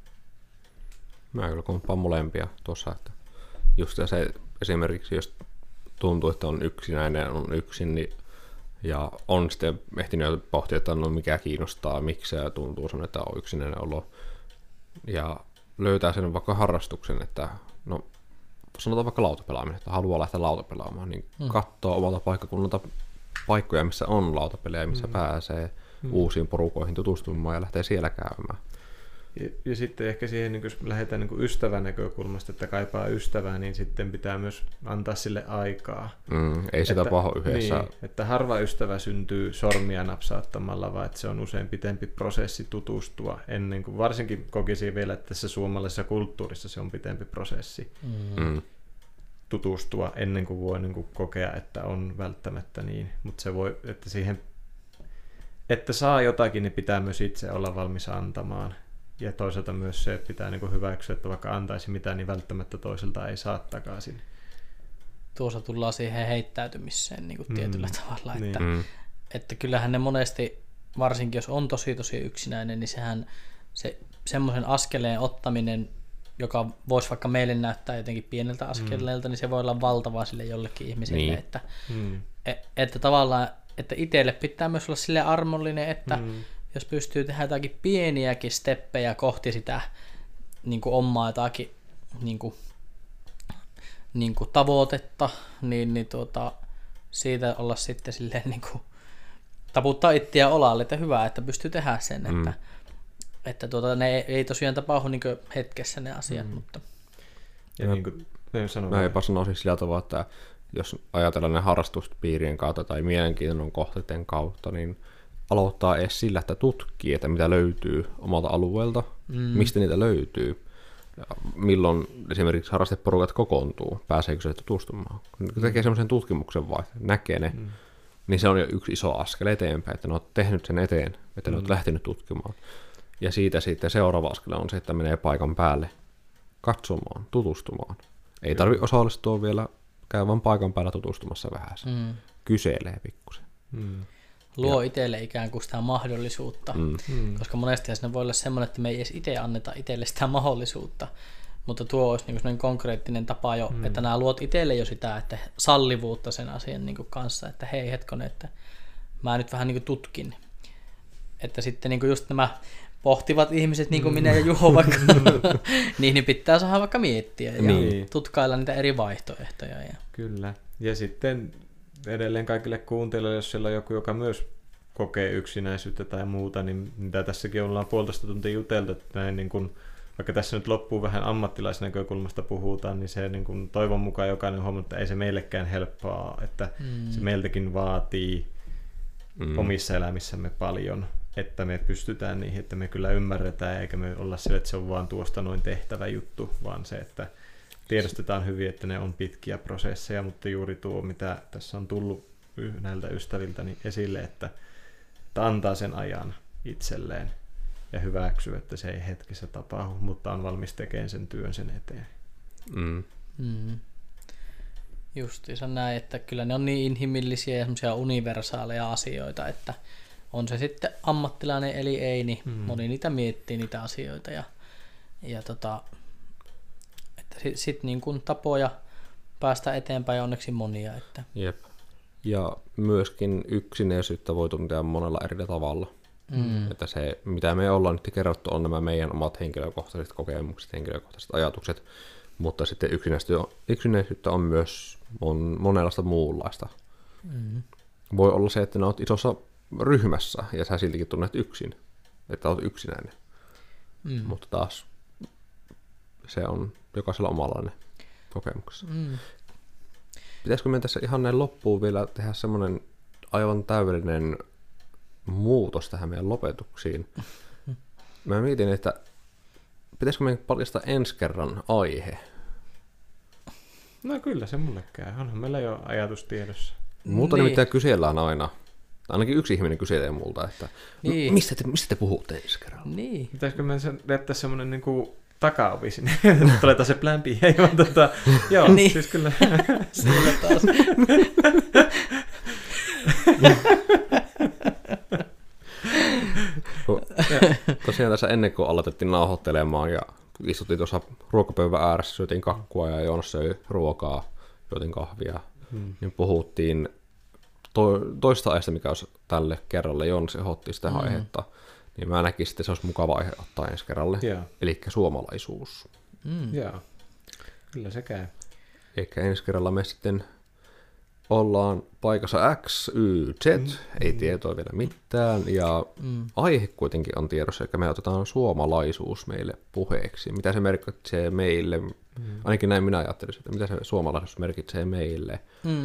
Mä kyllä komppaan molempia tuossa, että just se esimerkiksi, jos tuntuu, että on yksinäinen, on yksin, niin ja on sitten ehtinyt jo pohtia, että no mikä kiinnostaa, miksi se tuntuu sen, että on yksinäinen olo. Ja löytää sen vaikka harrastuksen, että no sanotaan vaikka lautapelaaminen, että haluaa lähteä lautapelaamaan, niin katsoo omalta paikkakunnalta paikkoja, missä on lautapelejä, missä pääsee uusiin porukoihin tutustumaan ja lähtee siellä käymään. Ja sitten ehkä siihen, niin jos lähdetään niin ystävän näkökulmasta, että kaipaa ystävää, niin sitten pitää myös antaa sille aikaa. Ei sitä paho yhdessä. Niin, että harva ystävä syntyy sormia napsauttamalla, vaan että se on usein pitempi prosessi tutustua ennen kuin, varsinkin kokisin vielä, että tässä suomalaisessa kulttuurissa se on pitempi prosessi tutustua ennen kuin voi niin kuin kokea, että on välttämättä niin. Mutta se voi, että siihen, että saa jotakin, niin pitää myös itse olla valmis antamaan. Ja toisaalta myös se, että pitää niin hyväksyä, että vaikka antaisi mitään, niin välttämättä toiselta ei saa takaisin. Tuossa tullaan siihen heittäytymiseen niin kuin tietyllä tavalla, että kyllähän ne monesti, varsinkin jos on tosi yksinäinen, niin sehän semmoisen askeleen ottaminen, joka voisi vaikka meille näyttää jotenkin pieneltä askeleelta, niin se voi olla valtavaa sille jollekin ihmiselle, että tavallaan, että itselle pitää myös olla sille armollinen, että jos pystyy tehdä jotakin pieniäkin steppejä kohti sitä niin kuin omaa jotakin niin kuin tavoitetta, niin siitä olla sitten silleen niin kuin taputtaa itseä olalle, että hyvä, että pystyy tehdä sen, että ne ei tosiaan tapahdu niin kuin hetkessä ne asiat, mutta. Ja niin kuin mä jopa sanoisin sillä tavalla, että jos ajatellaan ne harrastuspiirien kautta tai mielenkiinnon kohteiden kautta, niin aloittaa edes sillä, että tutkii, että mitä löytyy omalta alueelta, mistä niitä löytyy, ja milloin esimerkiksi harrasteporukat kokoontuu, pääseekö se tutustumaan. Kun tekee semmoisen tutkimuksen vai näkee ne, niin se on jo yksi iso askel eteenpäin, että ne olet tehnyt sen eteen, että ne olet lähtenyt tutkimaan. Ja siitä sitten seuraava askel on se, että menee paikan päälle katsomaan, tutustumaan. Ei tarvitse osallistua vielä, käy vaan paikan päällä tutustumassa vähän. Kyselee pikkusen. Luo itselle ikään kuin sitä mahdollisuutta, koska monesti siinä voi olla semmoinen, että me ei edes itse anneta itselle sitä mahdollisuutta, mutta tuo olisi niin kuin konkreettinen tapa jo, että nämä luot itselle jo sitä, että sallivuutta sen asian niin kuin kanssa, että hei hetkonen, että mä nyt vähän niin kuin tutkin, että sitten niin kuin just nämä pohtivat ihmiset, niin kuin minä ja Juho vaikka, niin pitää saada vaikka miettiä ja tutkailla niitä eri vaihtoehtoja. Kyllä, ja sitten edelleen kaikille kuuntelijoille, jos siellä on joku, joka myös kokee yksinäisyyttä tai muuta, niin mitä tässäkin ollaan 1,5 tuntia juteltu, että näin niin kun, vaikka tässä nyt loppuun vähän ammattilaisnäkökulmasta puhutaan, niin se niin kun, toivon mukaan jokainen huomaa, että ei se meillekään helppoa, että se meiltäkin vaatii omissa elämissämme paljon, että me pystytään niihin, että me kyllä ymmärretään, eikä me olla sille, että se on vaan tuosta noin tehtävä juttu, vaan se, että tiedostetaan hyvin, että ne on pitkiä prosesseja, mutta juuri tuo, mitä tässä on tullut näiltä ystäviltäni esille, että antaa sen ajan itselleen ja hyväksyy, että se ei hetkessä tapahdu, mutta on valmis tekemään sen työn sen eteen. Justiinsa näin, että kyllä ne on niin inhimillisiä ja semmoisia universaaleja asioita, että on se sitten ammattilainen eli ei, niin moni niitä miettii niitä asioita ja että sit niin kuin tapoja päästä eteenpäin onneksi monia. Että. Jep. Ja myöskin yksinäisyyttä voi tuntea monella eri tavalla. Että se, mitä me ollaan nyt kerrottu, on nämä meidän omat henkilökohtaiset kokemukset, henkilökohtaiset ajatukset, mutta sitten yksinäisyyttä on myös monenlaista muunlaista. Voi olla se, että ne olet isossa ryhmässä ja sä siltikin tunnet yksin, että olet yksinäinen. Mutta taas se on jokaisella omanlainen kokemuksessa. Pitäisikö meidän tässä ihan näin loppuun vielä tehdä semmoinen aivan täydellinen muutos tähän meidän lopetuksiin? Mä mietin, että pitäisikö meidän paljastaa ensi kerran aihe? No kyllä se mulle käy. Onhan meillä jo ajatus tiedossa. Multa nimittäin kysellään aina. Ainakin yksi ihminen kyselee multa, että mistä te puhutte ensi kerralla? Niin. Pitäisikö me jättää semmoinen niinku takaovi sinne? Tulee taas se plan B. Joo, niin. Siis kyllä. Sillä taas. Tosiaan tässä ennen kuin aloitettiin nauhoittelemaan ja istuttiin tuossa ruokapöydän ääressä, syötiin kakkua ja Joonas söi ruokaa, juotiin kahvia, niin puhuttiin toista aiheesta, mikä olisi tälle kerralle. Joonas ehdotti sitä aihetta, niin mä näkisin, että se olisi mukava aihe ottaa ensi kerralle, eli suomalaisuus. Joo, kyllä se käy. Eikä ensi kerralla me sitten ollaan paikassa X, Y, Z, ei tietoa vielä mitään, ja aihe kuitenkin on tiedossa, eli me otetaan suomalaisuus meille puheeksi. Mitä se merkitsee meille? Ainakin näin minä ajattelisin, että mitä se suomalaisuus merkitsee meille.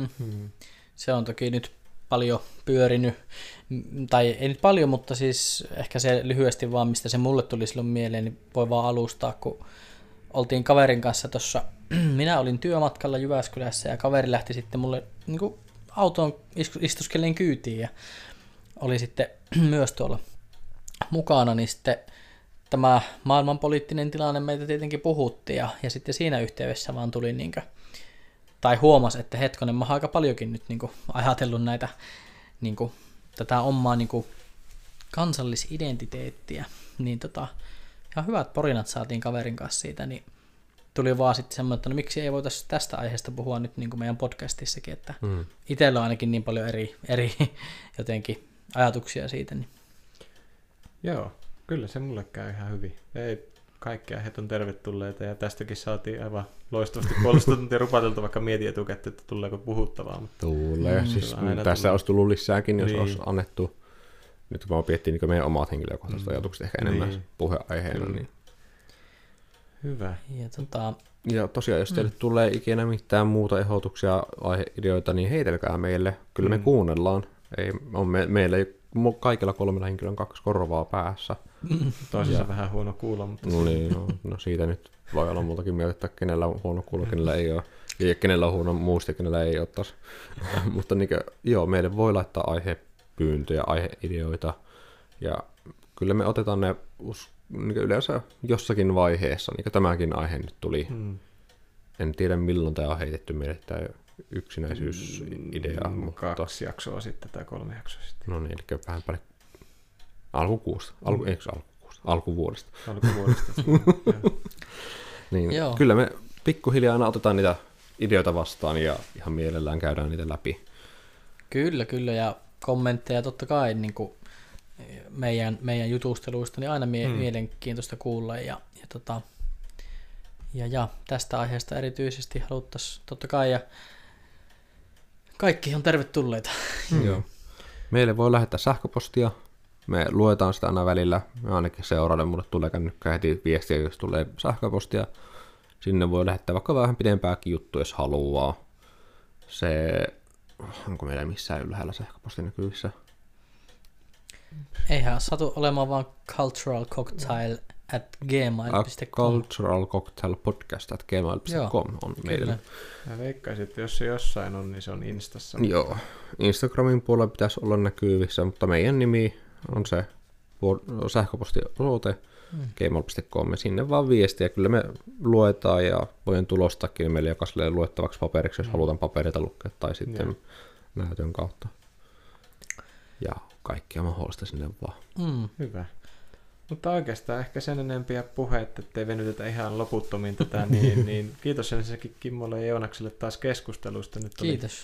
Se on toki nyt paljon pyörinyt, tai ei nyt paljon, mutta siis ehkä se lyhyesti vaan, mistä se mulle tuli silloin mieleen, niin voi vaan alustaa, kun oltiin kaverin kanssa tuossa, minä olin työmatkalla Jyväskylässä ja kaveri lähti sitten mulle niin kuin autoon istuskellen kyytiin ja oli sitten myös tuolla mukana, niin sitten tämä maailmanpoliittinen tilanne meitä tietenkin puhutti ja sitten siinä yhteydessä vaan tuli niinkö, tai huomasi, että hetkonen, mä oon aika paljonkin nyt niinku ajatellut näitä niinku, tätä omaa niinku kansallisidentiteettiä, niin ihan hyvät porinat saatiin kaverin kanssa siitä, niin tuli vaan sitten semmoinen, että no miksi ei voitaisiin tästä aiheesta puhua nyt niin kuin meidän podcastissakin, että itsellä on ainakin niin paljon eri jotenkin ajatuksia siitä. Niin. Joo, kyllä se mulle käy ihan hyvin. Ei, kaikki aiheet on tervetulleita ja tästäkin saatiin aivan loistavasti puolustettu ja rupateltu, vaikka mietin etukäteen, että tuleeko puhuttavaa. Mutta tulee, siis tässä olisi tullut lisääkin, jos olisi annettu. Nyt kun miettii niin meidän omat henkilökohtaiset ajatukset ehkä enemmän puheaiheena. Niin. Hyvä. Ja tosiaan, jos teille tulee ikinä mitään muuta ehdotuksia, aiheideoita, niin heitelkää meille. Kyllä me kuunnellaan. Meillä ei kaikilla 3 henkilön 2 korvaa päässä. Toisessa vähän huono kuulo, mutta... No siitä nyt voi olla muutakin mieltä, että kenellä on huono kuulo, kenellä ei ole. Ja kenellä on huono muisti, kenellä ei ole taas. Mutta meille voi laittaa aihepyyntöjä, aiheideoita. Ja kyllä me otetaan ne yleensä jossakin vaiheessa, niin kuin tämäkin aihe nyt tuli. En tiedä milloin tämä on heitetty meille, tämä yksinäisyysidea. 2 jaksoa sitten tai 3 jaksoa sitten. No niin, eli vähän paljon alkukuusta. Alkuvuodesta. Niin, kyllä me pikkuhiljaa aina otetaan niitä ideoita vastaan ja ihan mielellään käydään niitä läpi. Kyllä, ja kommentteja totta kai niin kuin meidän jutusteluista, niin aina mielenkiintoista kuulla ja tästä aiheesta erityisesti haluttaisiin totta kai, ja kaikki on tervetulleita. Joo. Meille voi lähettää sähköpostia, me luetaan sitä aina välillä, me ainakin seuraalle, mulle tulee kännykkää heti viestiä, jos tulee sähköpostia, sinne voi lähettää vaikka vähän pidempääkin juttu, jos haluaa. Onko meillä missään ylhäällä sähköpostin näkyvissä? Eihän satu olemaan vaan culturalcocktail@gmail.com. culturalcocktailpodcast@gmail.com on meillä. Mä veikkaisin, että jos se jossain on, niin se on Instassa. Joo, Instagramin puolella pitäisi olla näkyvissä, mutta meidän nimi on se sähköpostiosoite gmail.com, ja sinne vaan viestiä. Kyllä me luetaan ja voin tulostakin meille jokaiselle luettavaksi paperiksi, jos halutaan paperita lukea tai sitten näytön kautta. Ja kaikkea mahdollista sinne vaan. Hyvä. Mutta oikeastaan ehkä sen enempiä puhetta, ettei venytetä ihan loputtomiin tätä, niin kiitos ensinnäkin Kimmolle ja Joonakselle taas keskustelusta. Nyt Kiitos.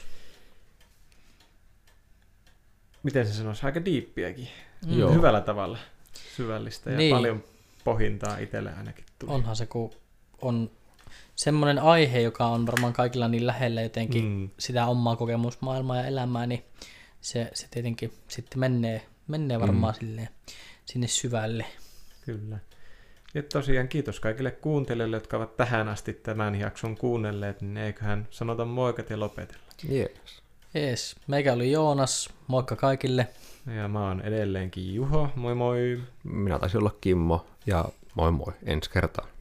Miten se sanoisi, aika diippiäkin. Joo. Hyvällä tavalla syvällistä ja Niin. paljon pohdintaa itselle ainakin tuli. Onhan se, kun on semmoinen aihe, joka on varmaan kaikilla niin lähellä jotenkin sitä omaa kokemusmaailmaa ja elämää, niin se tietenkin sitten menee varmaan silleen sinne syvälle. Kyllä. Ja tosiaan kiitos kaikille kuuntelijoille, jotka ovat tähän asti tämän jakson kuunnelleet, niin eiköhän sanota moikat ja lopetella. Jees. Meikä oli Joonas, moikka kaikille. Ja mä oon edelleenkin Juho, moi moi. Minä taisin olla Kimmo ja moi moi ensi kertaan.